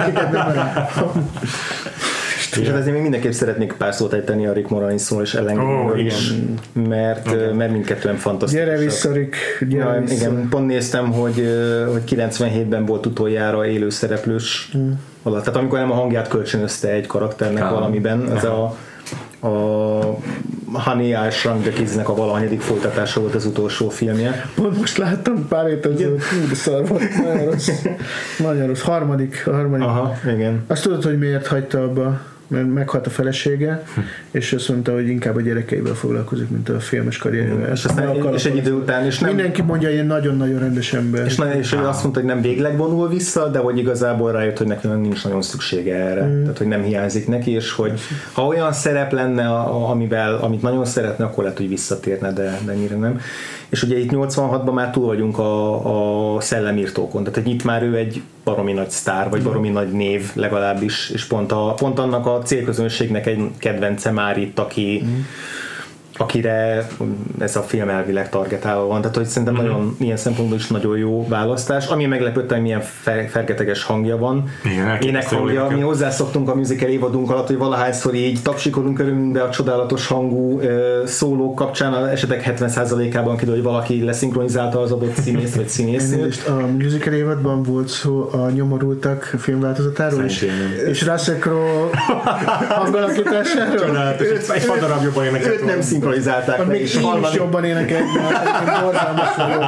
És ezért még mindenképp szeretnék pár szót ejteni a Rick Moranisról és Ellen Greenről oh, is, mert, okay. mert mindkettően fantasztikusak. Gyere vissza, Rick, gyere ja, vissza. Igen, pont néztem, hogy, hogy kilencvenhétben volt utoljára élő szereplős mm. alatt. Tehát amikor nem a hangját kölcsönözte egy karakternek ah. valamiben, ez a, a Honey, I Shrunk the Kids-nek a valahanyadik folytatása volt az utolsó filmje. Pont most láttam pár héten, hogy szar volt, nagyon rossz. Nagyon rossz. Harmadik, harmadik. Aha, igen. Azt tudod, hogy miért hagyta abba? Mert meghalt a felesége, és azt mondta, hogy inkább a gyerekeivel foglalkozik, mint a filmes karrierjével. És, aztán, és egy idő után is nem... Mindenki mondja, hogy egy nagyon-nagyon rendes ember. És, és ah. azt mondta, hogy nem végleg vonul vissza, de hogy igazából rájött, hogy neki nincs nagyon szüksége erre. Mm. Tehát, hogy nem hiányzik neki, és hogy ha olyan szerep lenne, amivel, amit nagyon szeretne, akkor lehet, hogy visszatérne, de, de ennyire nem. És ugye itt nyolcvanhatban már túl vagyunk a, a szellemírtókon, tehát hogy itt már ő egy baromi nagy sztár, vagy baromi nagy név legalábbis, és pont, a, pont annak a célközönségnek egy kedvence már itt, aki, mm. akire ez a film elvileg targetálva van, tehát hogy szerintem mm-hmm. nagyon, ilyen szempontból is nagyon jó választás, ami meglepődtem, hogy milyen fer, fergeteges hangja van. Énekhangja, mi hozzászoktunk a musical évadunk alatt, hogy valahányszor így tapsikolunk örömünkbe a csodálatos hangú uh, szólók kapcsán, az esetek hetven százalékában kiderül, hogy valaki leszinkronizálta az adott színész vagy színésznőt. A musical évadban volt szó a Nyomorultak filmváltozatáról is, és Russell Crowe hangalakításáról. Csodálatos, egy fadarab jobban énekelt. Őt nem szinkronizálták meg. Még én is jobban énekelni, mert borzalmas vagyok.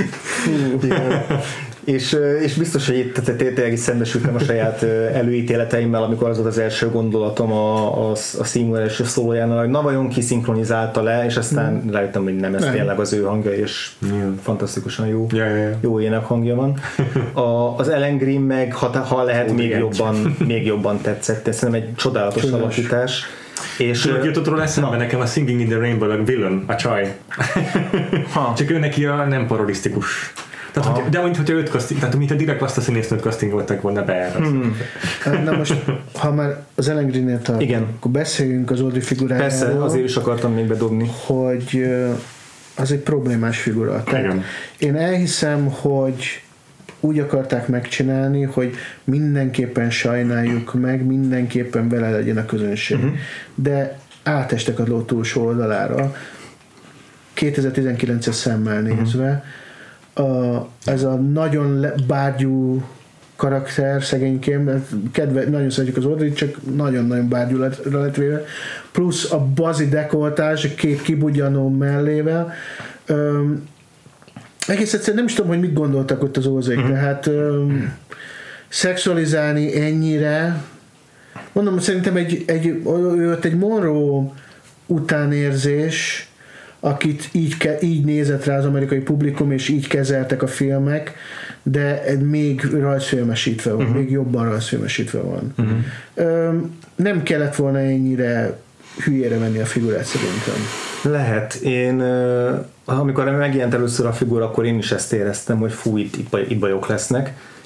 És, és biztos, hogy itt tényleg is szembesültem a saját előítéleteimmel, amikor az volt az első gondolatom a, a, a Seymour első szólójánál, hogy na vajon ki szinkronizálta le, és aztán mm. rájöttem, hogy nem, ez nem. tényleg az ő hangja, és mm. fantasztikusan jó, yeah, yeah, yeah. jó ének hangja van. A, az Ellen Green meg, ha, ha lehet, még jobban, még jobban tetszett, ez szerintem egy csodálatos Csodás. alakítás. És tudod, jutott róla eszembe nekem a Singing in the Rainbow, a villain, a csaj. Csak ő neki a nem parodisztikus. Tehát, hogy, de mint hogyha őt casting, tehát mint a direkt azt a színésznőt castingoltak volna be erre. Hmm. Na most, ha már az Ellen Green-nél tart, akkor beszéljünk az Audrey figurájáról. Persze, azért is akartam még bedobni. Hogy az egy problémás figura. Tehát én elhiszem, hogy úgy akarták megcsinálni, hogy mindenképpen sajnáljuk meg, mindenképpen vele legyen a közönség. Uh-huh. De átestek a ló túlsó oldalára, kétezer-tizenkilences szemmel nézve, uh-huh. a, ez a nagyon le, bárgyú karakter szegénykém, kedve, nagyon szeretjük az Audrey, csak nagyon-nagyon bárgyú lett, lett véve, plusz a bazi dekoltás, két kibudjanó mellével, um, egész egyszerűen nem is tudom, hogy mit gondoltak ott az ózék, uh-huh. tehát um, szexualizálni ennyire, mondom, szerintem egy, egy, egy, egy Monroe utánérzés, akit így, ke, így nézett rá az amerikai publikum, és így kezeltek a filmek, de még rajzfilmesítve van, uh-huh. még jobban rajzfilmesítve van. Uh-huh. Um, nem kellett volna ennyire hülyére venni a figurát szerintem. Lehet. Én amikor megjelent először a figura, akkor én is ezt éreztem, hogy fú, itt, itt bajok lesznek,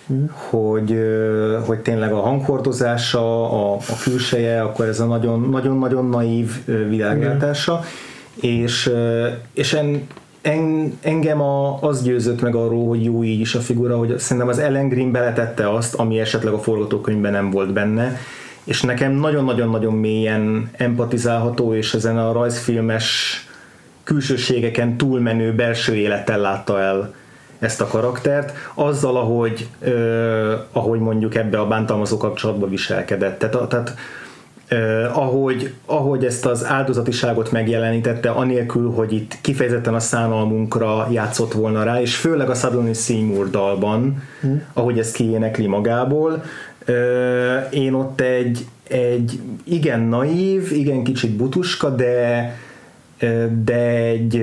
mm. hogy, hogy tényleg a hanghordozása, a, a külseje, akkor ez a nagyon-nagyon naív világlátása, mm. és, és en, en, engem a, az győzött meg arról, hogy jó így is a figura, hogy szerintem az Ellen Greene beletette azt, ami esetleg a forgatókönyvben nem volt benne, és nekem nagyon-nagyon-nagyon mélyen empatizálható, és ezen a rajzfilmes külsőségeken túlmenő belső élettel látta el ezt a karaktert, azzal, ahogy, eh, ahogy mondjuk ebbe a bántalmazó kapcsolatba viselkedett. Tehát, tehát eh, ahogy, ahogy ezt az áldozatiságot megjelenítette, anélkül, hogy itt kifejezetten a szánalmunkra játszott volna rá, és főleg a Suddenly Seymour dalban, hmm. ahogy ezt kiénekli magából, eh, én ott egy, egy igen naív, igen kicsit butuska, de de egy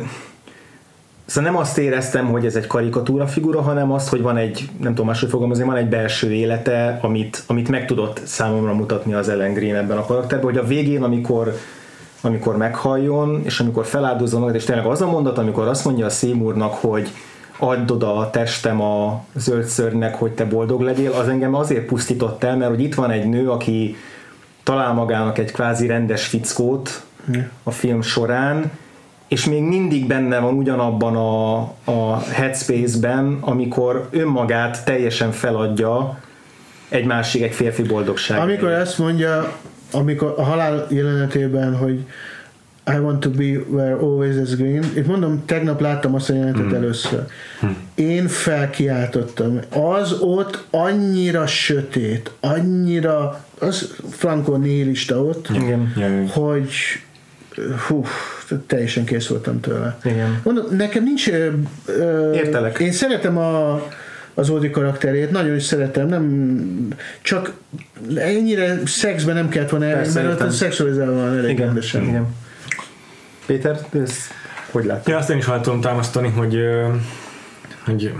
szóval nem azt éreztem, hogy ez egy karikatúra figura, hanem azt, hogy van egy, nem tudom máshogy fogalmazni, van egy belső élete, amit, amit meg tudott számomra mutatni az Ellen Greene ebben a karakterben, hogy a végén, amikor, amikor meghalljon, és amikor feláldozza magát, és tényleg az a mondat, amikor azt mondja a Seymournak, hogy add oda a testem a zöld szörnynek, hogy te boldog legyél, az engem azért pusztított el, mert hogy itt van egy nő, aki talál magának egy kvázi rendes fickót a film során, és még mindig benne van ugyanabban a, a headspace-ben, amikor önmagát teljesen feladja egy másik, egy férfi boldogságára. Amikor ezt mondja, amikor a halál jelenetében, hogy I want to be where always is green. Itt mondom, tegnap láttam azt a jelenetet mm. először. Mm. Én felkiáltottam. Az ott annyira sötét, annyira az Franco nihilista ott, igen. hogy hú, teljesen kész voltam tőle. Igen. Mondom, nekem nincs... Ö, Értelek. Én szeretem a, az Audi karakterét, nagyon is szeretem, nem csak ennyire szexben nem kellett volna elég, mert ott a szexualizálva van elég igen. rendesen. Igen. Péter, ez hogy látod? Ja, azt én is fel tudom támasztani, hogy, hogy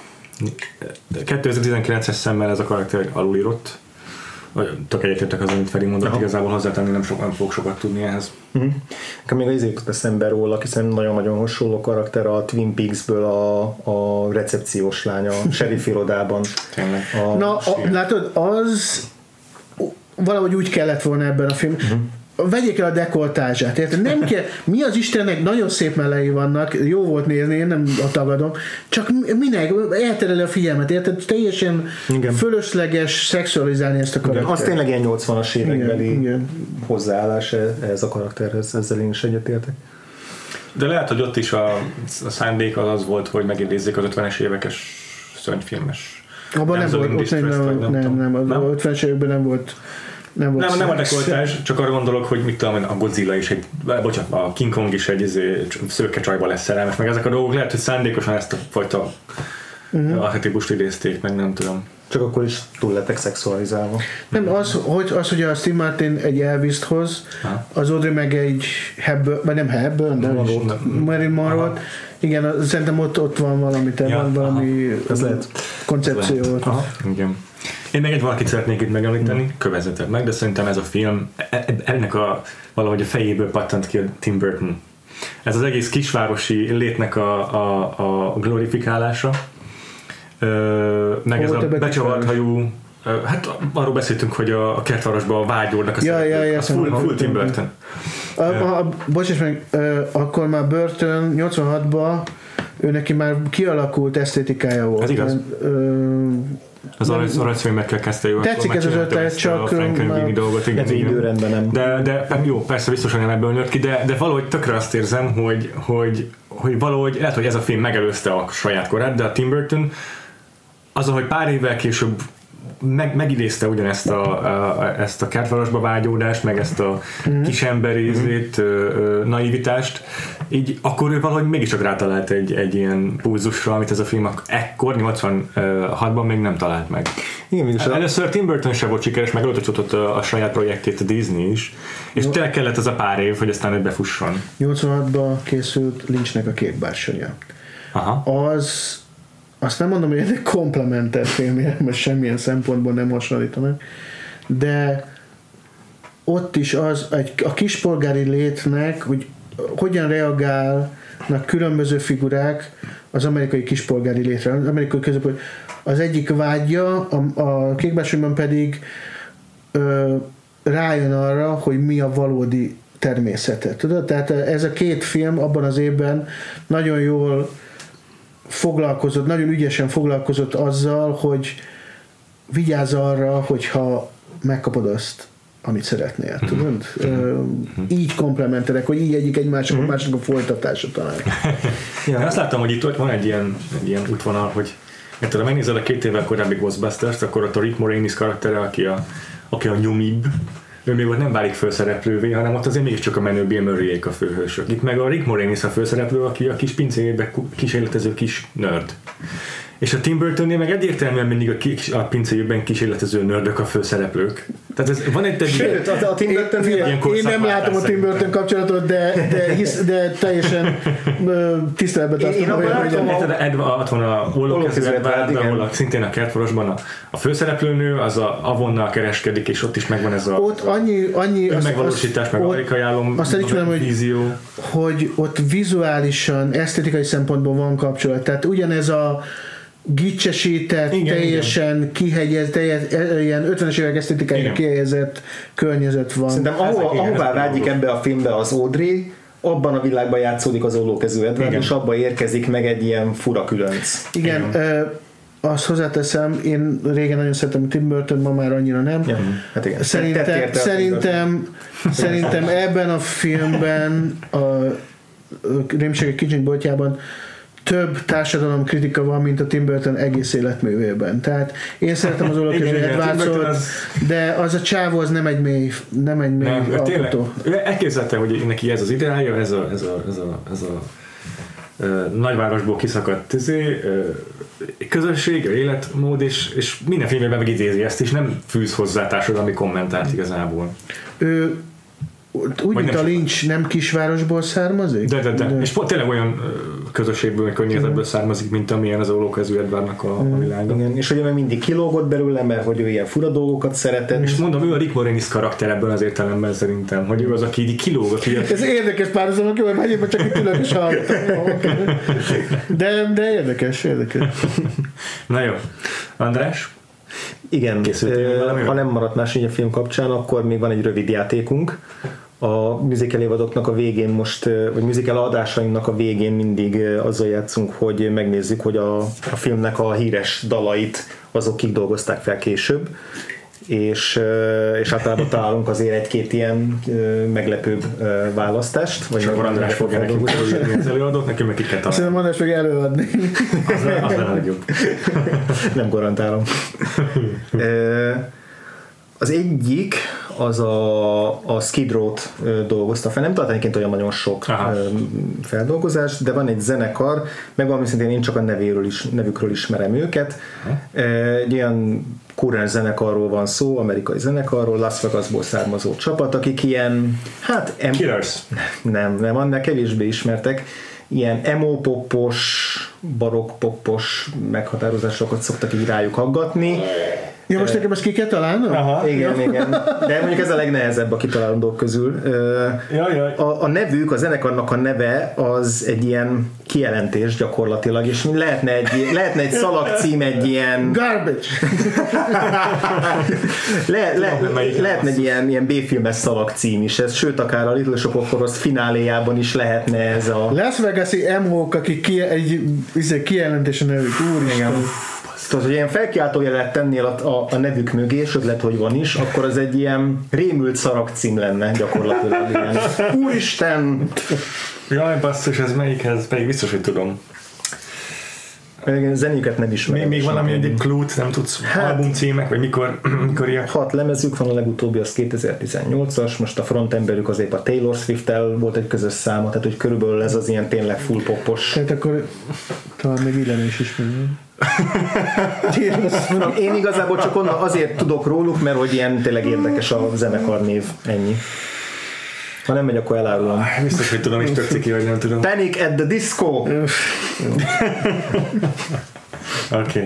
kétezer-tizenkilences szemmel ez a karakter alulírott. Tök egyetértek az, amit Feri mondott, aha. Igazából hozzátenni nem, so, nem fog sokat tudni ehhez. Uh-huh. Nekem még az jutott eszembe róla, hiszen nagyon-nagyon hasonló karakter a Twin Peaks-ből a, a recepciós lánya a sheriff irodában. Tényleg. A Na, a, látod, az valahogy úgy kellett volna ebben a filmben. Uh-huh. Vegyék el a dekoltázsát, érted? Nem kell, mi az Istennek nagyon szép mellei vannak, jó volt nézni, én nem a tagadom, csak minek, eltereli a figyelmet, érted? Teljesen igen. Fölösleges szexualizálni ezt a karaktert. Az tényleg ilyen nyolcvanas évekbeli hozzáállás ez a karakterhez, ezzel én is egyetértek. De lehet, hogy ott is a, a szándék az az volt, hogy megidézzék az ötvenes évekes szörnyfilmes. Abban nem volt, ott nem, nem, nem, nem, nem, az nem? ötvenes években nem volt. Nem, nem, nem a dekoltás, csak arra gondolok, hogy mit tudom, a Godzilla is egy, bocsánat, a King Kong is egy izé, szőke csajba lesz szerelmes, meg ezek a dolgok lehet, hogy szándékosan ezt a fajta uh-huh. archetípust idézték, meg nem tudom. Csak akkor is túl lettek szexualizálva. Nem, az, hogy, az, hogy a Steve Martin egy Elvis-t hoz, ha. Az Audrey meg egy Hepburn, vagy nem Hepburn, de Marilyn Monroe. Igen, szerintem ott, ott van valami, te ja, van valami koncepció. Igen. Én még egy valakit szeretnék itt megemlíteni, mm. kövezzetek meg, de szerintem ez a film, ennek a, valahogy a fejéből pattant ki a Tim Burton. Ez az egész kisvárosi létnek a, a, a glorifikálása, Ö, meg ez a becsavart hajú, hát arról beszéltünk, hogy a kertvárosban vágyódnak a ja, ja, ja, az full, full Tim Burton. A, a, a, bocsáss meg, akkor már Burton nyolcvanhatban ő neki már kialakult esztétikája volt. Ez igaz. Ö, az aranyfilmekkel kezdte jó. Tetszik ez az ötlet, csak a Frankenweenie dolgot, igen, ez időrendben nem. De, de jó, persze biztosan nem ebből nőtt ki, de, de valahogy tökre azt érzem, hogy, hogy, hogy valahogy, lehet, hogy ez a film megelőzte a saját korát, de a Tim Burton az, hogy pár évvel később meg, megidézte ugyanezt a, a, ezt a kertvárosba vágyódást, meg ezt a mm. kisemberi ízét, mm. naivitást, így akkor ő valahogy mégiscsak rátalált egy, egy ilyen pulzusra, amit ez a film ekkor, nyolcvanhatban még nem talált meg. Igen, először Tim Burton sem volt sikeres, meg előtt a, a saját projektjét a Disney is, és no. tényleg kellett az a pár év, hogy aztán ő befusson. nyolcvanhatban készült Lynchnek a Kék bársonya. Aha. Az azt nem mondom, hogy ez egy komplementer filmje, most semmilyen szempontból nem hasonlítanak, de ott is az, egy, a kispolgári létnek, hogy hogyan reagálnak különböző figurák az amerikai kispolgári létre. Az amerikai között, hogy az egyik vágyja, a, a Kékbársonyban pedig ö, rájön arra, hogy mi a valódi természete. Tudod? Tehát ez a két film abban az évben nagyon jól foglalkozott, nagyon ügyesen foglalkozott azzal, hogy vigyázz arra, hogyha megkapod azt, amit szeretnél. Tudod? Mm-hmm. Így komplementerek, hogy így egyik egymásnak, mm-hmm. másnak a folytatása talán. Ja. Én azt láttam, hogy itt van egy ilyen, egy ilyen útvonal, hogy mert ha megnézed a két évvel korábbi Ghostbusters, akkor ott a Rick Moranis karaktere, aki a, aki a nyomib, ő még ott nem válik főszereplővé, hanem ott azért mégiscsak a menő Bill Murray-ék a főhősök. Itt meg a Rick Moranis a főszereplő, aki a kis pincéjében kísérletező kis nerd. És a Tim Burtonnél meg egyértelműen mindig a, kis, a pincéjében kísérletező nördök a főszereplők. Tehát ez, van egy Sőt, a, a Tim Burton én, én nem látom a Tim Burton kapcsolatot, de, de, hisz, de teljesen tiszteletben tartom. Én abban látom, ott van a Ollókezű Edward, ahol a, szintén a kertforosban a, a főszereplőnő, az a Avonnal kereskedik, és ott is megvan ez a ott annyi, annyi megvalósítás, meg alikajálom vízió. Hogy ott vizuálisan, esztetikai szempontból van kapcsolat. Tehát ugyanez a gicsesített, igen, teljesen igen. kihegyezett, teljes, ilyen ötvenes évek esztetikájára kihelyezett környezet van. Szerintem ahova, ahová vágyik ebbe a filmbe az Audrey, abban a világban játszódik az Ollókezű Edward, és abban érkezik meg egy ilyen fura különc. Igen, igen. Ö, azt hozzáteszem, én régen nagyon szeretem a Tim Burton, ma már annyira nem. Ja, hát igen. Szerintem, szerintem, szerintem ebben a filmben a Rémségek kicsiny boltjában több társadalomkritika van, mint a Tim Burton egész életművében. Tehát én szeretem az Ollókezű Edwardot, az... de az a csávó az nem egy mély, nem egy mély nem, alkotó. Elképzelte, hogy neki ez az ideája, ez a, ez a, ez a, ez a uh, nagyvárosból kiszakadt tüzé, uh, közösség, életmód, és, és minden filmében megidézi ezt, és nem fűz hozzá társadalmi kommentárt igazából. Ő úgy, mint a Lynch nem kisvárosból származik? De, de, de. de. És pont tényleg olyan közösségből, környezetből származik, mint amilyen az Ollókezű Edwardnak a, a világa. Igen, és hogy ő mindig kilógott belőle, mert hogy ő ilyen fura dolgokat szeretett. És mondom, ő a Rick Moranis karakter ebben az értelemben szerintem, hogy ő az, aki így kilógott. Ugye? Ez érdekes párhuzamok, hogy már csak itt ülök és hallgatom. De, de érdekes, érdekes. Na jó. András? Igen, ha nem maradt más így a film kapcsán, akkor még van egy rövid játékunk. A musical évadoknak a végén most, vagy musical adásainknak a végén mindig azzal játszunk, hogy megnézzük, hogy a, a filmnek a híres dalait azok kik dolgozták fel később, és, és általában találunk azért egy-két ilyen meglepőbb választást. Vagy akkor András fogja nekünk az előadót, nekem meg ki kell találni. Szerintem András fog előadni. Az nem legjobb. Nem garantálom. Az egyik az a, a Skid Row-t dolgozta fel, nem tart egyébként olyan nagyon sok Aha. feldolgozás, de van egy zenekar, meg valami szintén én csak a nevéről is, nevükről ismerem őket. Aha. Egy olyan kurrens zenekarról van szó, amerikai zenekarról, Las Vegasból származó csapat, akik ilyen, hát... Em- Killers. Nem, nem, annál kevésbé ismertek. Ilyen emo-popos, barokk-popos meghatározásokat szoktak így rájuk haggatni. Ja, most nekem ezt ki kell találnom? Aha, igen, igen. De mondjuk ez a legnehezebb a kitalálandók közül. Jaj, jaj. A, a nevük, a zenekarnak a neve az egy ilyen kijelentés gyakorlatilag, és lehetne egy, lehetne egy szalagcím, egy ilyen... Garbage! le, le, lehetne egy ilyen, ilyen B-filmes szalagcím is, ez, sőt akár a Little Shop of Horrors fináléjában is lehetne ez a... Las Vegas-i emók, akik ki, egy, egy kijelentés a nevük, úristen. Tehát, hogy ilyen felkiáltójelet tennél a, a, a nevük mögé, és lehet, hogy van is, akkor az egy ilyen rémült szaragcím lenne gyakorlatilag. Ilyen. Úristen! Jaj, basszus, ez melyikhez? Pedig biztos, hogy tudom. Zenéket nem ismerem. Még, még valami egyik clue-t nem tudsz? Hát, albumcímek, vagy mikor, mikor ilyen? Hat lemezük van, a legutóbbi az kétezer-tizennyolcas, most a frontemberük azért a Taylor Swift-tel volt egy közös száma, tehát hogy körülbelül ez az ilyen tényleg full popos. Tehát akkor talán még Illen is ismerem. Én igazából csak onnan azért tudok róluk, mert hogy ilyen tényleg érdekes a zenekar név, ennyi. Ha nem megy, akkor elárulom. Biztos, hogy tudom, és tök ciki, vagy nem tudom. Panic at the Disco! Oké. Okay.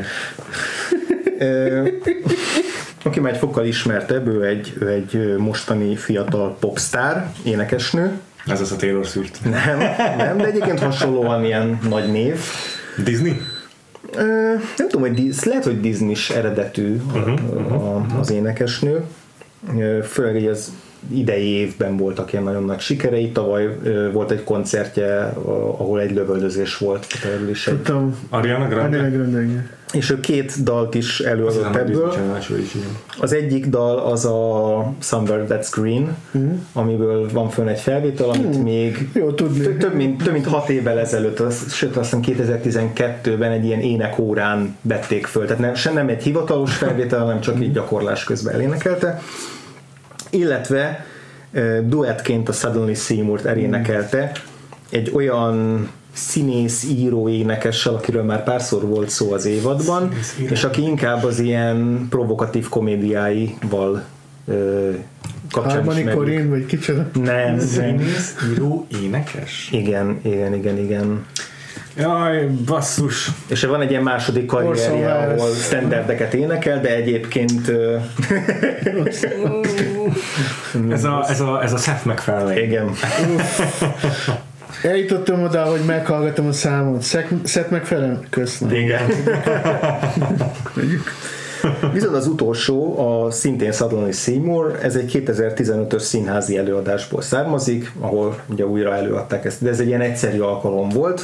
Aki már egy fokkal ismertebb, ő egy, ő egy mostani fiatal popstar, énekesnő. Ez az a Taylor Swift. Nem, nem, de egyébként hasonlóan ilyen nagy név. Disney? Nem tudom, hogy Diz, lehet, hogy Disney-s eredetű uh-huh, a, az énekesnő. Főleg így az idei évben voltak ilyen nagyon nagy sikerei. Tavaly volt egy koncertje, ahol egy lövöldözés volt. Is egy... Tudtam. Ariana Grande. Ariana Grande. És ő két dalt is előadott ebből. Az egyik dal az a Somewhere That's Green, uh-huh. amiből van fönn egy felvétel, amit uh-huh. még Jó, tudni. Több, mint, több mint hat évvel ezelőtt, az, sőt azt hiszem kétezer-tizenkettőben egy ilyen énekórán vették föl. Tehát nem, sem nem egy hivatalos felvétel, hanem csak így gyakorlás közben elénekelte. Illetve uh, duettként a Suddenly Seymour-t elénekelte egy olyan színész, író, énekessel, akiről már párszor volt szó az évadban, és aki inkább az ilyen provokatív komédiáival ö, kapcsolatban Harmony Corinne, vagy kicsoda? Nem. Színész, író, énekes? Igen, igen, igen, igen. Jaj, basszus. És van egy ilyen második karrierje, ahol standardeket énekel, de egyébként ez, a, ez, a, ez a Seth MacFarlane. Igen. Eljutottam oda, hogy meghallgatom a számot. Seth MacFarlane? Köszönöm. Igen. Viszont az utolsó, a szintén Suddenly Seymour, ez egy kétezer-tizenötös színházi előadásból származik, ahol ugye újra előadták ezt, de ez egy ilyen egyszerű alkalom volt.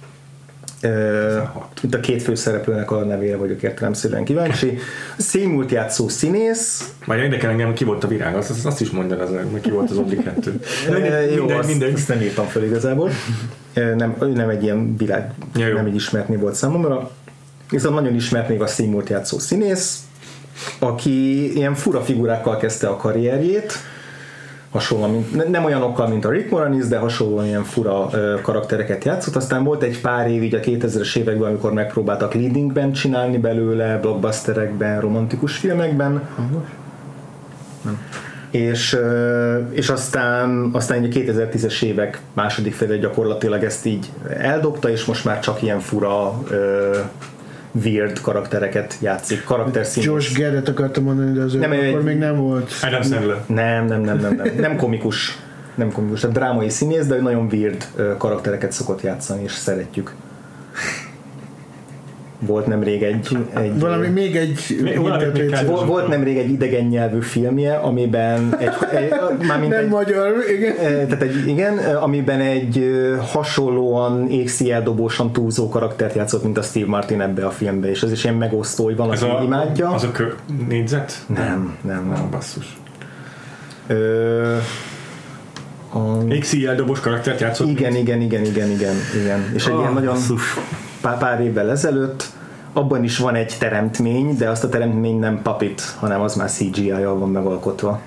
Itt a két főszereplőnek a nevére vagyok értelemszerűen kíváncsi. Seymourt játszó színész. Majd érdekel engem, ki volt a virág, azt, azt is mondjad, az, hogy ki volt az Audrey kettő. Jó, mindegy, azt, mindegy. Azt nem írtam fel igazából. Nem, nem egy ilyen világ, ja, nem egy ismert név volt számomra. Viszont nagyon ismert még a Seymourt játszó színész, aki ilyen fura figurákkal kezdte a karrierjét, hasonlóan, mint, nem olyanokkal, mint a Rick Moranis, de hasonlóan ilyen fura ö, karaktereket játszott. Aztán volt egy pár év így a kétezres években, amikor megpróbáltak leadingben csinálni belőle, blockbusterekben, romantikus filmekben. Uh-huh. Nem. És, ö, és aztán, aztán a kétezer-tízes évek második fele gyakorlatilag ezt így eldobta, és most már csak ilyen fura ö, weird karaktereket játszik, karakterszínész. Josh Gad-et akartam mondani, de az nem, ő akkor egy, még nem volt. Adam Sandler. Nem, nem, nem, nem, nem. Nem komikus. Nem komikus, tehát drámai színész, de nagyon weird karaktereket szokott játszani, és szeretjük. Volt nemrég egy... egy valami még egy... Még volt, volt nemrég egy idegen nyelvű filmje, amiben egy... egy mármint nem egy, magyar, igen. Tehát egy, igen, amiben egy hasonlóan égszíjeldobósan túlzó karaktert játszott, mint a Steve Martin ebbe a filmbe, és ez is ilyen megosztó, hogy van, aki a, imádja. Az a kö, négyzet? Nem, nem, nem. Basszus. Ö... A... égszíjeldobós karaktert játszott? Igen, igen, igen, igen, igen, igen. És egy oh, ilyen nagyon... Pár, pár évvel ezelőtt, abban is van egy teremtmény, de azt a teremtmény nem puppet, hanem az már cé gé í-jal van megalkotva.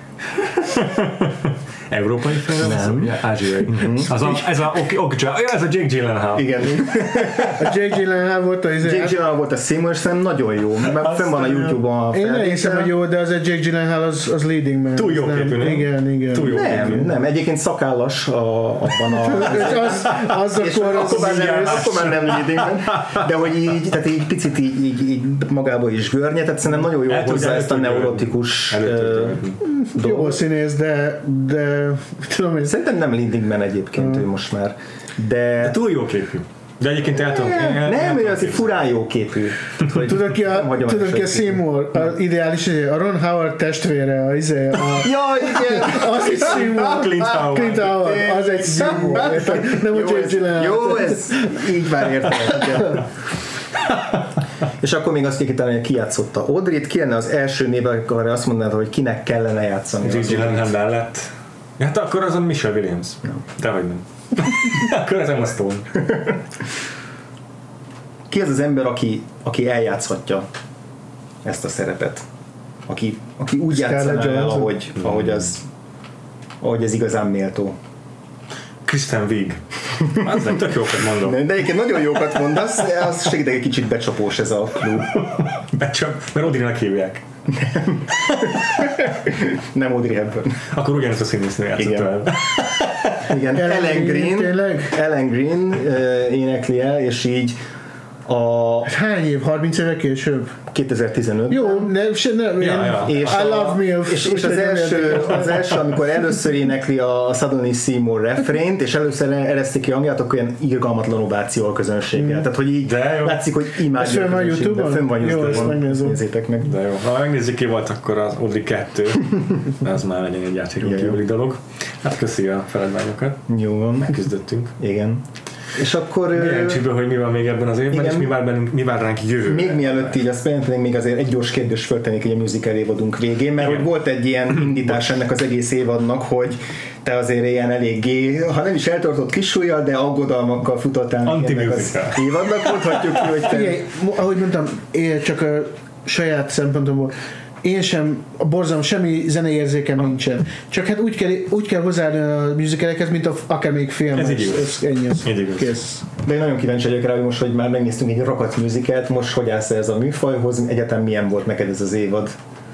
Európai film? Nem. Ja, ázsiai. Mm-hmm. Az a, ez a, ok, ok, ja, ez a Jake Gyllenhaal. Igen. A Jake Gyllenhaal volt a... Jake Gyllenhaal volt a Seymour, szerintem nagyon jó. Mert fenn van a YouTube-on a felvétel. Én nem hiszem, hogy jó, de az egy Jake Gyllenhaal az, az leading man. Túl jó képű, nem? Igen, igen. Túl jó nem, képű. Nem, egyébként szakállas a, abban a... az, az akkor, akkor, már nem, akkor már nem leading man. De hogy így, tehát így picit így, így, így magába is görnye, tehát szerintem nagyon jó hozzá ezt a neurotikus... Jó színész, de, de tudom én. Szerintem nem leading man egyébként ő most már. De... de túl jó képű. De egyébként el tudom... Nem, nem ő az egy furán jó képű. Tudod ki a, tudod ki a Seymour, az ideális, a Ron Howard testvére, a izé, a... Ja, igen! Az egy Seymour. Clint Howard. Clint Howard, az egy Seymour. Nem a Jake Gyllenhaal. Jó, ez így már értem. És akkor még azt kell kitalálni, hogy ki játszotta Audrey-t, ki lenne az első név, akkor azt mondanád, hogy kinek kellene játszani. Jake Gyllenhaal mellett. Hát akkor az a Michelle Williams. No. Dehogy nem. Akkor az Emma Stone. Ki az az ember, aki, aki eljátszhatja ezt a szerepet? Aki, aki úgy játszaná el, ahogy, ahogy, az, ahogy ez igazán méltó. Kristen Wiig. Az nem tök jókat mondom. De egyébként nagyon jókat mondasz, az segítek egy kicsit becsapós ez a klub. Becsap, mert Audrey-nak hívják. Nem. Nem Audrey Hepburn. Akkor ugyanaz a színésznő játszott el. Igen, Ellen Green, Ellen Green uh, énekli el, és így A Hány év? harminc éve később? kétezer-tizenöt. Jó, ne, se, ne, Ja, ja. És, I a, love milf. és, és az, első, az első, amikor először énekli a Suddenly Seymour refrént, és először ereszti ki hangját, akkor ilyen irgalmatlan ováció a közönséggel. Mm. Tehát, hogy így látszik, hogy imádja. Ez fönn van YouTube-on? Fönn van YouTube-on. Nézzétek meg. De jó. Ha megnézzük, ki volt akkor az Audrey kettő, az már legyen egy játékon kívüli dolog. Hát köszi a feladványokat. Jó van. Megküzdöttünk. Igen. És akkor... Kíváncsiból, hogy mi van még ebben az évben, igen, és mi vár, bennünk, mi vár ránk jövő. Még mielőtt így azt bejelentenénk, még azért egy gyors kérdést föltennék így a musical évadunk végén, mert hogy volt egy ilyen indítás ennek az egész évadnak, hogy te azért ilyen eléggé, ha nem is eltartott kisúlyjal, de aggodalmakkal futottál ennek az évadnak, mondhatjuk ki, hogy te... Igen, ahogy mondtam, én csak a saját szempontomból én sem, a borzalom, semmi zenei érzékem nincsen. Csak hát úgy kell, úgy kell hozzáállni a musicalekhez, mint a, akár még film. Ez így ez, ennyi az. Kész. De én nagyon kíváncsi vagyok rá, hogy most, hogy már megnéztünk egy rakat musicalt, most hogy állsz ez a műfajhoz, egyetem milyen volt neked ez az évad?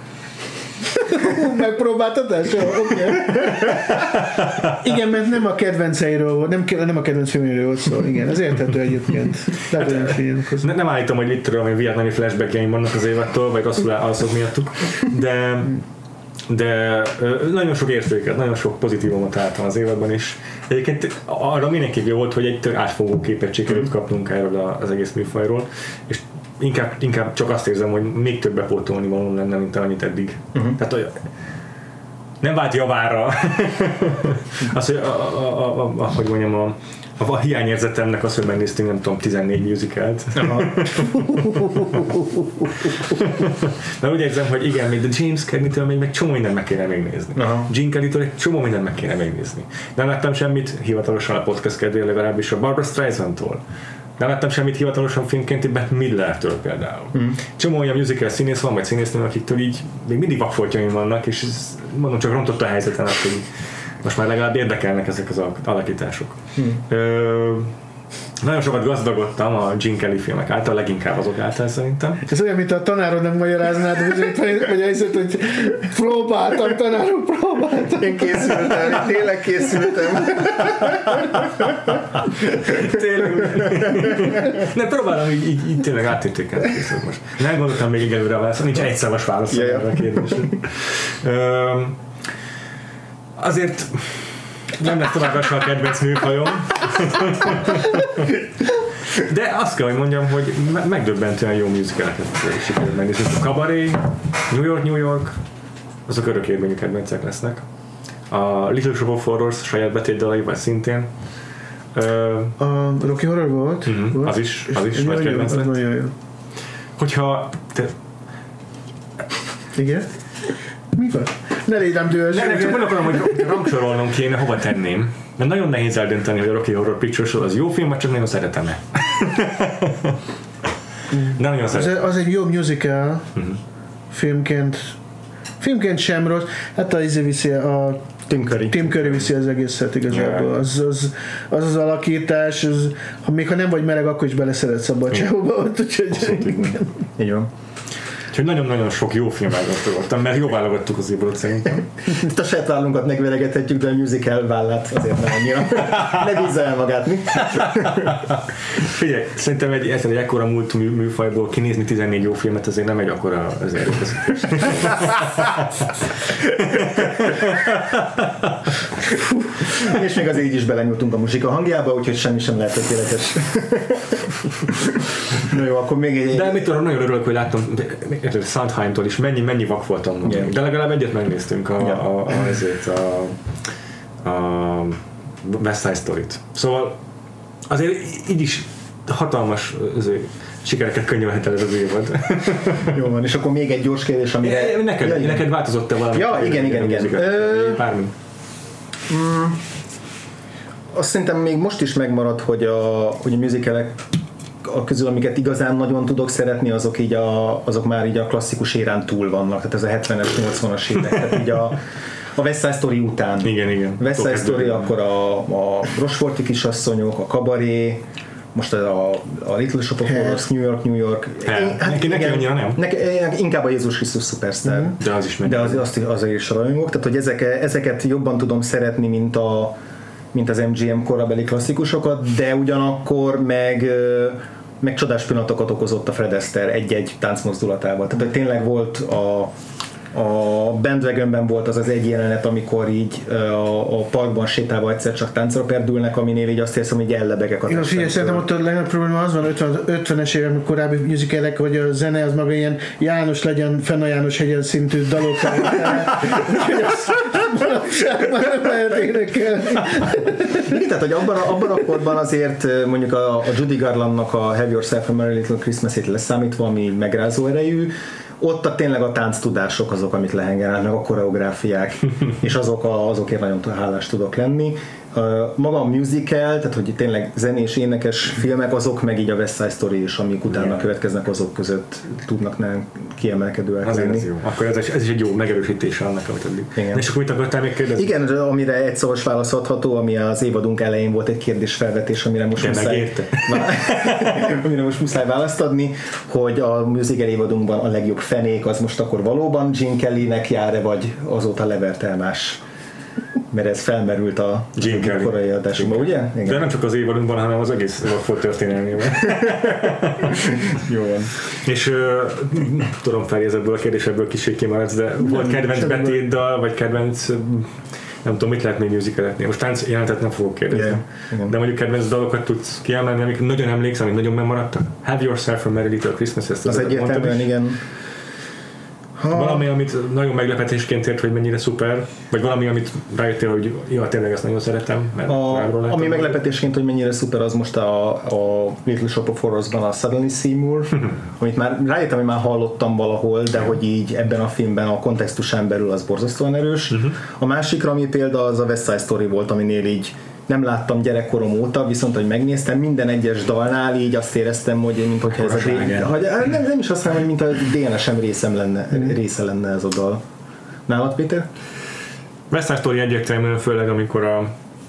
Megpróbáltatás? Jó, oké. Okay. Igen, mert nem a kedvenceiről volt, nem, nem a kedvenc filmjéről volt szó, igen, ez érthető egyébként. Hát, ne, nem állítom, hogy itt tudom, hogy vietnami flashbackjeim vannak az évattól, vagy rosszul alszok miattuk, de de nagyon sok értéket, nagyon sok pozitívumot álltam az évadban is. Egyébként arra mindenképp jó volt, hogy egy tök átfogó képet sikerült kapnunk erről az egész műfajról, és Inkább, inkább csak azt érzem, hogy még több bepótolni való lenne, mint annyit eddig. Uh-huh. Tehát hogy nem vált javára az, hogy, a, a, a, a, hogy mondjam, a, a, a hiányérzetemnek az, hogy megnéztünk, nem tudom, tizennégy musicalt. Mert úgy érzem, hogy igen, még de James Cagney-től még meg csomó mindent meg kéne még nézni. Uh-huh. Gene Kelly-től egy csomó mindent meg kéne még nézni. Nem láttam semmit hivatalosan a podcast kedvéért, legalábbis a Barbra Streisandtól. Nem láttam semmit hivatalosan filmként, Bette Midlertől például. Mm. Csomó olyan musical színész van, vagy színésznő, akiktől így még mindig vakfoltjaim vannak, és ez, mondom, csak rontott a helyzeten azt, hogy most már legalább érdekelnek ezek az alakítások. Mm. Ö, nagyon sokat gazdagodtam a Gene Kelly filmek által, leginkább azok által szerintem. Ez olyan, mint a tanárod nem magyaráznád, hogy helyzet, hogy próbáltam, tanárom, próbáltam. Én készültem, tényleg készültem. Tényleg. Nem, próbálom így, így, így tényleg átértékelni készült most. Nem gondoltam még előre a válaszol, nincs egy szavas válasz erre a kérdésre. Azért nem lesz tovább a kedvenc műfajom. De azt kell, hogy mondjam, hogy megdöbbentően jó musicaleket sikerült megnézni. A Cabaret, New York, New York, azok örök érvényű kedvencek lesznek. A Little Shop of Horrors saját betétdalaival szintén. A Rocky Horror volt? Mm-hmm. volt? Az is, az is nagy kedvenc lett. Nagyon jó. Hogyha te... Igen? Mi van? Ne légyem dühös. Ne, ne, csak úgy akarom, hogy rangsorolnom kéne, hova tenném. Mert nagyon nehéz eldönteni, hogy a Rocky Horror Picture Show az jó film, vagy csak nagyon szeretem-e. De nagyon szeretem. Az, az egy jó musical uh-huh. filmként. Filmként sem rossz. Hát a izé viszi a Tim Curry. Tim Curry viszi az egészet igazából. Yeah. Az, az, az az alakítás, az, ha még ha nem vagy meleg, akkor is beleszeretsz abba a csávóba. Úgyhogy így van. Úgyhogy nagyon-nagyon sok jó filmet válogattam, mert jó válogattuk az évről szerintem. Itt a saját vállunkat megveregethetjük, de a musical vállát azért nem annyira. Ne bízza el magát, mi? Figyelj, szerintem egy, egy ekkora múltú mű, műfajból kinézni tizennégy jó filmet azért nem egy akkora az erőfeszítés. És még azért így is belenyúltunk a muzsika hangjába, úgyhogy semmi sem lehet tökéletes. Na jó, akkor még egy... De mit tudom, nagyon örülök, hogy láttam Sondheimtól is mennyi, mennyi vak voltam. Yeah. De legalább egyet megnéztünk a, yeah. a, a, ezért a, a West Side Story-t. Szóval azért így is hatalmas azért, sikereket könyvelhet el ez az évad. Jó van, és akkor még egy gyors kérdés, amire... Ja, neked, ja, neked változott-e valami? Ja, igen, igen, igen. igen. Ö... Bármi. Mm, azt szerintem még most is megmarad, hogy a, hogy a musicalek a közül, amiket igazán nagyon tudok szeretni, azok, így a, azok már így a klasszikus érán túl vannak, tehát ez a hetvenes, nyolcvanas évek, tehát így a, a West Side Story után. Igen, igen. West Side Story, akkor a, a Rocheforti kisasszonyok, a Cabaret, most a, a Little Shop of Horrors, New York, New York. Hát, neki neki annyira nem? Neki, inkább a Jézus Krisztus Superstar. Mm-hmm. De az is megy. De az, azt, azért is rajongok, tehát hogy ezek, ezeket jobban tudom szeretni, mint mint a mint az em gé em korabeli klasszikusokat, de ugyanakkor meg meg csodás pillanatokat okozott a Fred Astaire egy-egy táncmozdulatával. Tehát hogy tényleg volt a a Bandwagonben volt az az egy jelenet, amikor így a, a parkban sétálva egyszer csak táncra perdülnek, aminél így azt érzem, hogy ellebegek a testem. Figyelj, szerintem ott a legnagyobb probléma az van ötven, ötvenes évek korábbi musicalek, hogy a zene az maga ilyen János legyen, fenn a János hegyen szintű dalokkal. Úgyhogy azt manapság már nem lehet énekelni. Tehát, hogy abban a, abban a korban azért mondjuk a, a Judy Garlandnak a Have Yourself a Merry Little Christmas-ét leszámítva, ami megrázó erejű, ott a, tényleg a tánctudások azok, amit lehengelnek, meg a koreográfiák, és azok a, azokért nagyon hálás tudok lenni. Maga a musical, tehát hogy tényleg zenés, énekes filmek, azok meg így a West Side Story is, amik utána yeah. következnek, azok között tudnak nem kiemelkedőek lenni. Jó. Akkor ez, ez is egy jó megerősítése annak, amit eddig. Igen. És akkor mit akartál még kérdezni? Igen, amire egy szavas válaszolható, ami az évadunk elején volt egy kérdésfelvetés, amire most muszáj, amire most muszáj választ adni, hogy a musical évadunkban a legjobb fenék, az most akkor valóban Gene Kellynek jár-e, vagy azóta levert el más? Mert ez felmerült a korai adásunkban, ugye? Igen. De nem csak az évadunkban, hanem az egész Rockford történelmében. Jó van. És uh, tudom, Feri, ebből a kérdésebből kicsit kimaradsz, de nem, volt kedvenc betétdal, vagy kedvenc, nem tudom, mit lehet még musicaletni. Most tánc jelentet nem fogok kérdezni. Yeah, yeah. De mondjuk kedvenc dalokat tudsz kiemelni, amik nagyon emlékszem, amik nagyon megmaradtak. Have Yourself a Merry Little Christmas, ezt az egyértelműen, igen. Ha. Valami, amit nagyon meglepetésként ért, hogy mennyire szuper, vagy valami, amit rájöttél, hogy ja, tényleg ezt nagyon szeretem. Mert a, ami meglepetésként, hogy mennyire szuper, az most a, a Little Shop of Horrors-ban a Suddenly Seymour, amit már rájöttem, hogy már hallottam valahol, de hogy így ebben a filmben a kontextusán belül az borzasztóan erős. Uh-huh. A másikra, ami példa, az a West Side Story volt, aminél így nem láttam gyerekkorom óta, viszont hogy megnéztem, minden egyes dalnál így azt éreztem, hogy mint hogyha ez a dé- hogy, nem, nem is azt mondom, hogy mint a dé en es-em részem lenne, mm. része lenne ez a dal. Nálad, Péter? West Side Story egyértelműen, főleg amikor a,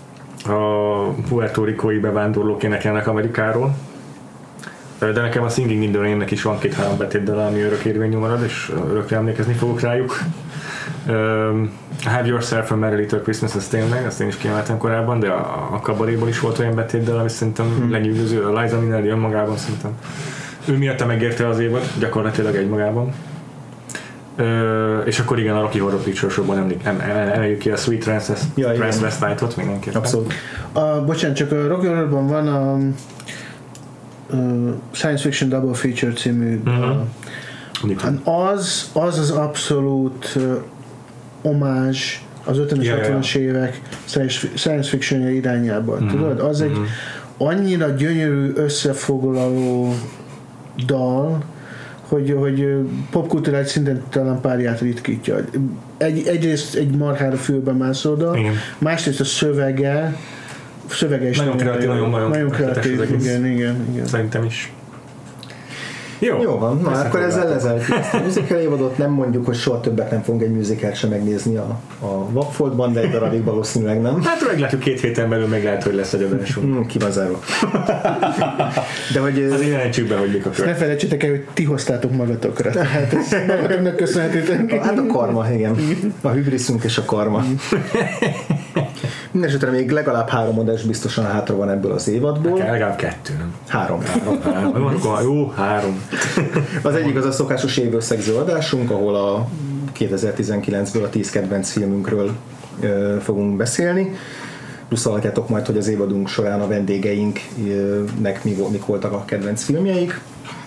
a Puerto Ricói bevándorlók énekelnek Amerikáról. De nekem a Singing in the Rain-nek is van két-három betétdala, ami örök érvényű marad, és örökre emlékezni fogok rájuk. Um, Have Yourself a Merry Little Christmas, ez tényleg, azt én is kiemeltem korábban, de a, a kabaréból is volt olyan betétdal, ami szerintem hmm. lenyűgöző, a Liza Minnelli önmagában szerintem. Ő miatt megérte az évad, gyakorlatilag egymagában. Uh, és akkor igen, a Rocky Horror Picture Show-ban emeljük ki a Sweet Transvestite-ot mindenképpen. Abszolút. A, bocsánat, csak a Rocky Horrorban van a uh, Science Fiction Double Feature című uh-huh. az, az az abszolút uh, omázs az ötvenes yeah, hatvanas yeah. évek science fiction irányában. Mm-hmm. Tudod? Az mm-hmm. egy annyira gyönyörű összefoglaló dal, hogy, hogy popkulturális szinten talán párját ritkítja. Egy, egyrészt egy marhára fülben mászó dal, igen. Másrészt a szövege szövege is nagyon kreatív, nagyon, nagyon, nagyon kreatív, igen, igen, igen. Szerintem is. Jó, Jó van, na akkor ezzel lezárjuk ezt a musical évadot, nem mondjuk, hogy soha többet nem fogunk egy musicalt sem megnézni a, a Vagfoltban, de egy darabig valószínűleg nem. Hát meglátjuk két héten belül, meg lehet, hogy lesz egy adásunk. Hmm, ki van zárva. De hogy... Azért jelentsük be, hogy mik a kör. Ne felejtsétek el, hogy ti hoztátok magatokra. Tehát ezt magamnak köszönhetően. Hát a karma, igen. A hübriszünk és a karma. Mindenesetre még legalább három adás biztosan hátra van ebből az évadból. Legalább kettő, nem? Három. Három. három. Jó, három. Az egyik az a szokásos évösszegző adásunk, ahol a kétezer-tizenkilencből a tíz kedvenc filmünkről ö, fogunk beszélni. Plusz hallgatjátok majd, hogy az évadunk során a vendégeinknek mi, mik voltak a kedvenc filmjeik.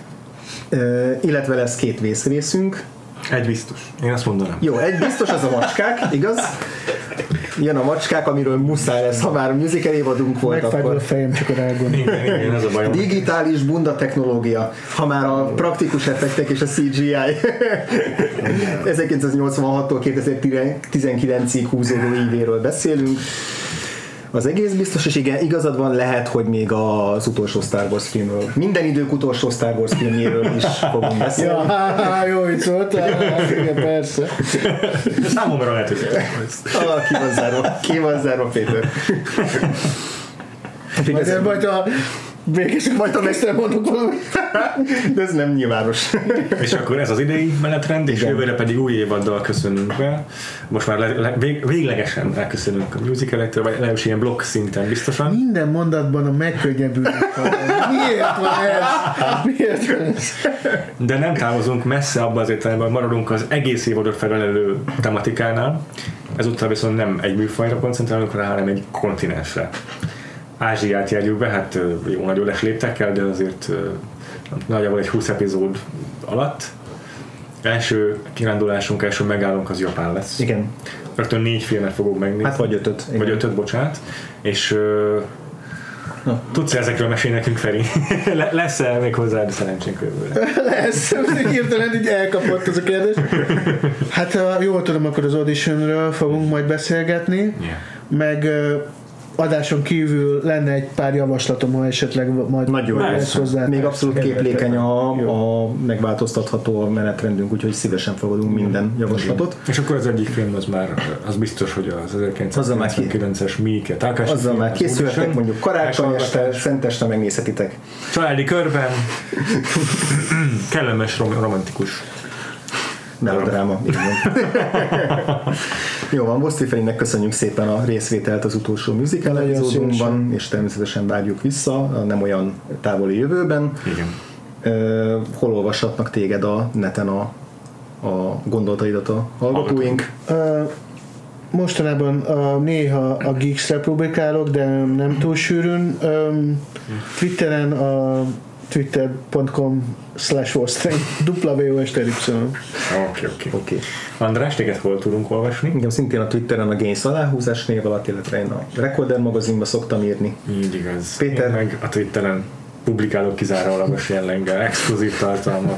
Ö, illetve lesz két vészrészünk. Egy biztos. Én azt mondanám. Jó, egy biztos, az a macskák, igaz? Jön a macskák, amiről muszáj lesz, ha már musical évadunk volt. Megfájdul akkor... a fejem, csak a rágon. Igen, igen, ez a bajom. Digitális bunda technológia. Ha már a praktikus effektek és a cé gé i ezerkilencszáznyolcvanhattól kétezer-tizenkilencig húzódó évéről beszélünk. Az egész biztos, és igen, igazad van, lehet, hogy még az utolsó Star Wars filmről, minden idők utolsó Star Wars filmjéről is fogunk beszélni. Ja, jó, itt szóltál, igen, persze. Számomra lehet, hogy ah, ki van zárva, ki van zárva, Péter. Majd, majd a végig majd a mestre mondok valamit. De ez nem nyilvános. És akkor ez az idei menetrend, és jövőre pedig új évaddal köszönünk be. Most már le, le, vég, véglegesen elköszönünk a musicalektől, vagy legalábbis ilyen blokk szinten biztosan. Minden mondatban a megkönnyebbülés. Miért van ez? Miért van ez? De nem távozunk messze abba az értelemben, maradunk az egész évadot felelő tematikánál. Ezúttal viszont nem egy műfajra koncentrálunk rá, hanem egy kontinensre. Ázsiát járjuk be, hát jó nagyon lesléptekkel, de azért nagyjából egy húsz epizód alatt. Első kirándulásunk, első megállunk az Japán lesz. Igen. Rögtön négy filmet fogunk megnézni. Hát vagy ötöt. Vagy ötöt, bocsánat. És uh, tudsz ezekről mesélni nekünk, Feri? Lesz-e még hozzá, de szerencsénk jövőre? Lesz. Hirtelen így elkapott ez a kérdés. Hát ha jól tudom, akkor az Auditionről fogunk majd beszélgetni. Yeah. Meg adáson kívül lenne egy pár javaslatom, ha esetleg majd nagyon lesz hozzá. Még abszolút képlékeny a, a megváltoztatható a menetrendünk, úgyhogy szívesen fogadunk minden javaslatot. És akkor az egyik film az már, az biztos, hogy az ezerkilencszázkilencvenkilences Miike Takashi. Azzal már készültek, mondjuk karácsony este, szenteste megnézhetitek. Családi körben. Kellemes, rom- romantikus. Melodráma. Jó van, Boszti Ferinek köszönjük szépen a részvételt az utolsó musical epizódunkban, és természetesen várjuk vissza a nem olyan távoli jövőben. Igen. Uh, hol olvashatnak téged a neten a, a gondolataidat a hallgatóink? Uh, mostanában uh, néha a Geeks-re publikálok, de nem túl sűrűn. Um, Twitteren a twitter pont com slash wallstream W O S T Y. Oké, oké. Oké. András, téged hol tudunk olvasni? Igen, szintén a Twitteren a Gains aláhúzás név alatt, illetve én a Recorder magazinba szoktam írni. Így igaz. Péter? Én meg a Twitteren publikálok kizárólagos jelleggel, exkluzív tartalmak,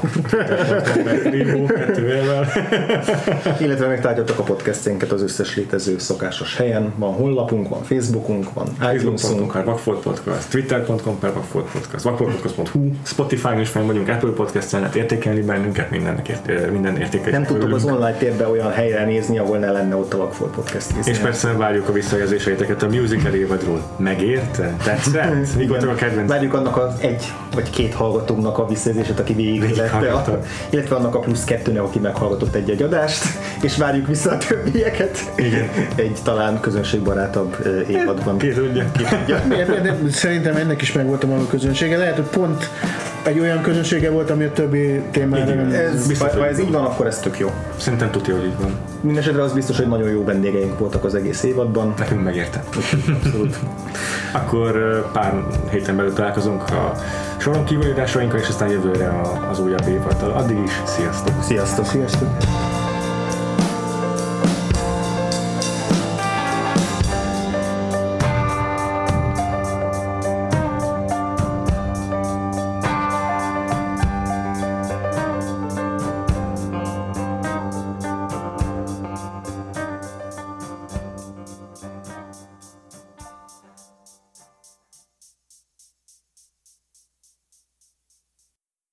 illetve megtárgyaltak a podcasténket az összes létező szokásos helyen. Van honlapunk, van Facebookunk, van Facebook pont com per Vakfolt Podcast, Twitter pont com per Vakfolt Podcast, vakfolt podcast pont hu, Spotify-on is fenn vagyunk, Apple Podcast-en lehet értékelni bennünket, mindennek ért, minden értékelni. Nem tudtok az online térben olyan helyre nézni, ahol ne lenne ott a Vakfolt Podcast. És és persze várjuk a visszajelzéseiteket a musical évadról. Megérte? Tetszett? Mi volt a kedvenc? Várjuk annak az egy vagy két hallgatónak a visszajelzését, aki végigvette, a, illetve annak a plusz kettőnek, aki meghallgatott egy-egy adást, és várjuk vissza a többieket. Igen. Egy talán közönségbarátabb évadban. Ki tudja? Ki tudja. Szerintem ennek is meg volt a maga közönsége. Lehet, hogy pont egy olyan közönsége volt, ami a többi témára nem... Ez, ha, ha ez így van, akkor ez tök jó. Szerintem tudja, hogy így van. Mindenesetre az biztos, hogy nagyon jó vendégeink voltak az egész évadban. Nekünk megérte. Abszolút. Akkor pár héten belül találkozunk a soron kívüli adásainkkal, és aztán jövőre az újabb évaddal. Addig is, sziasztok! Sziasztok! Sziasztok!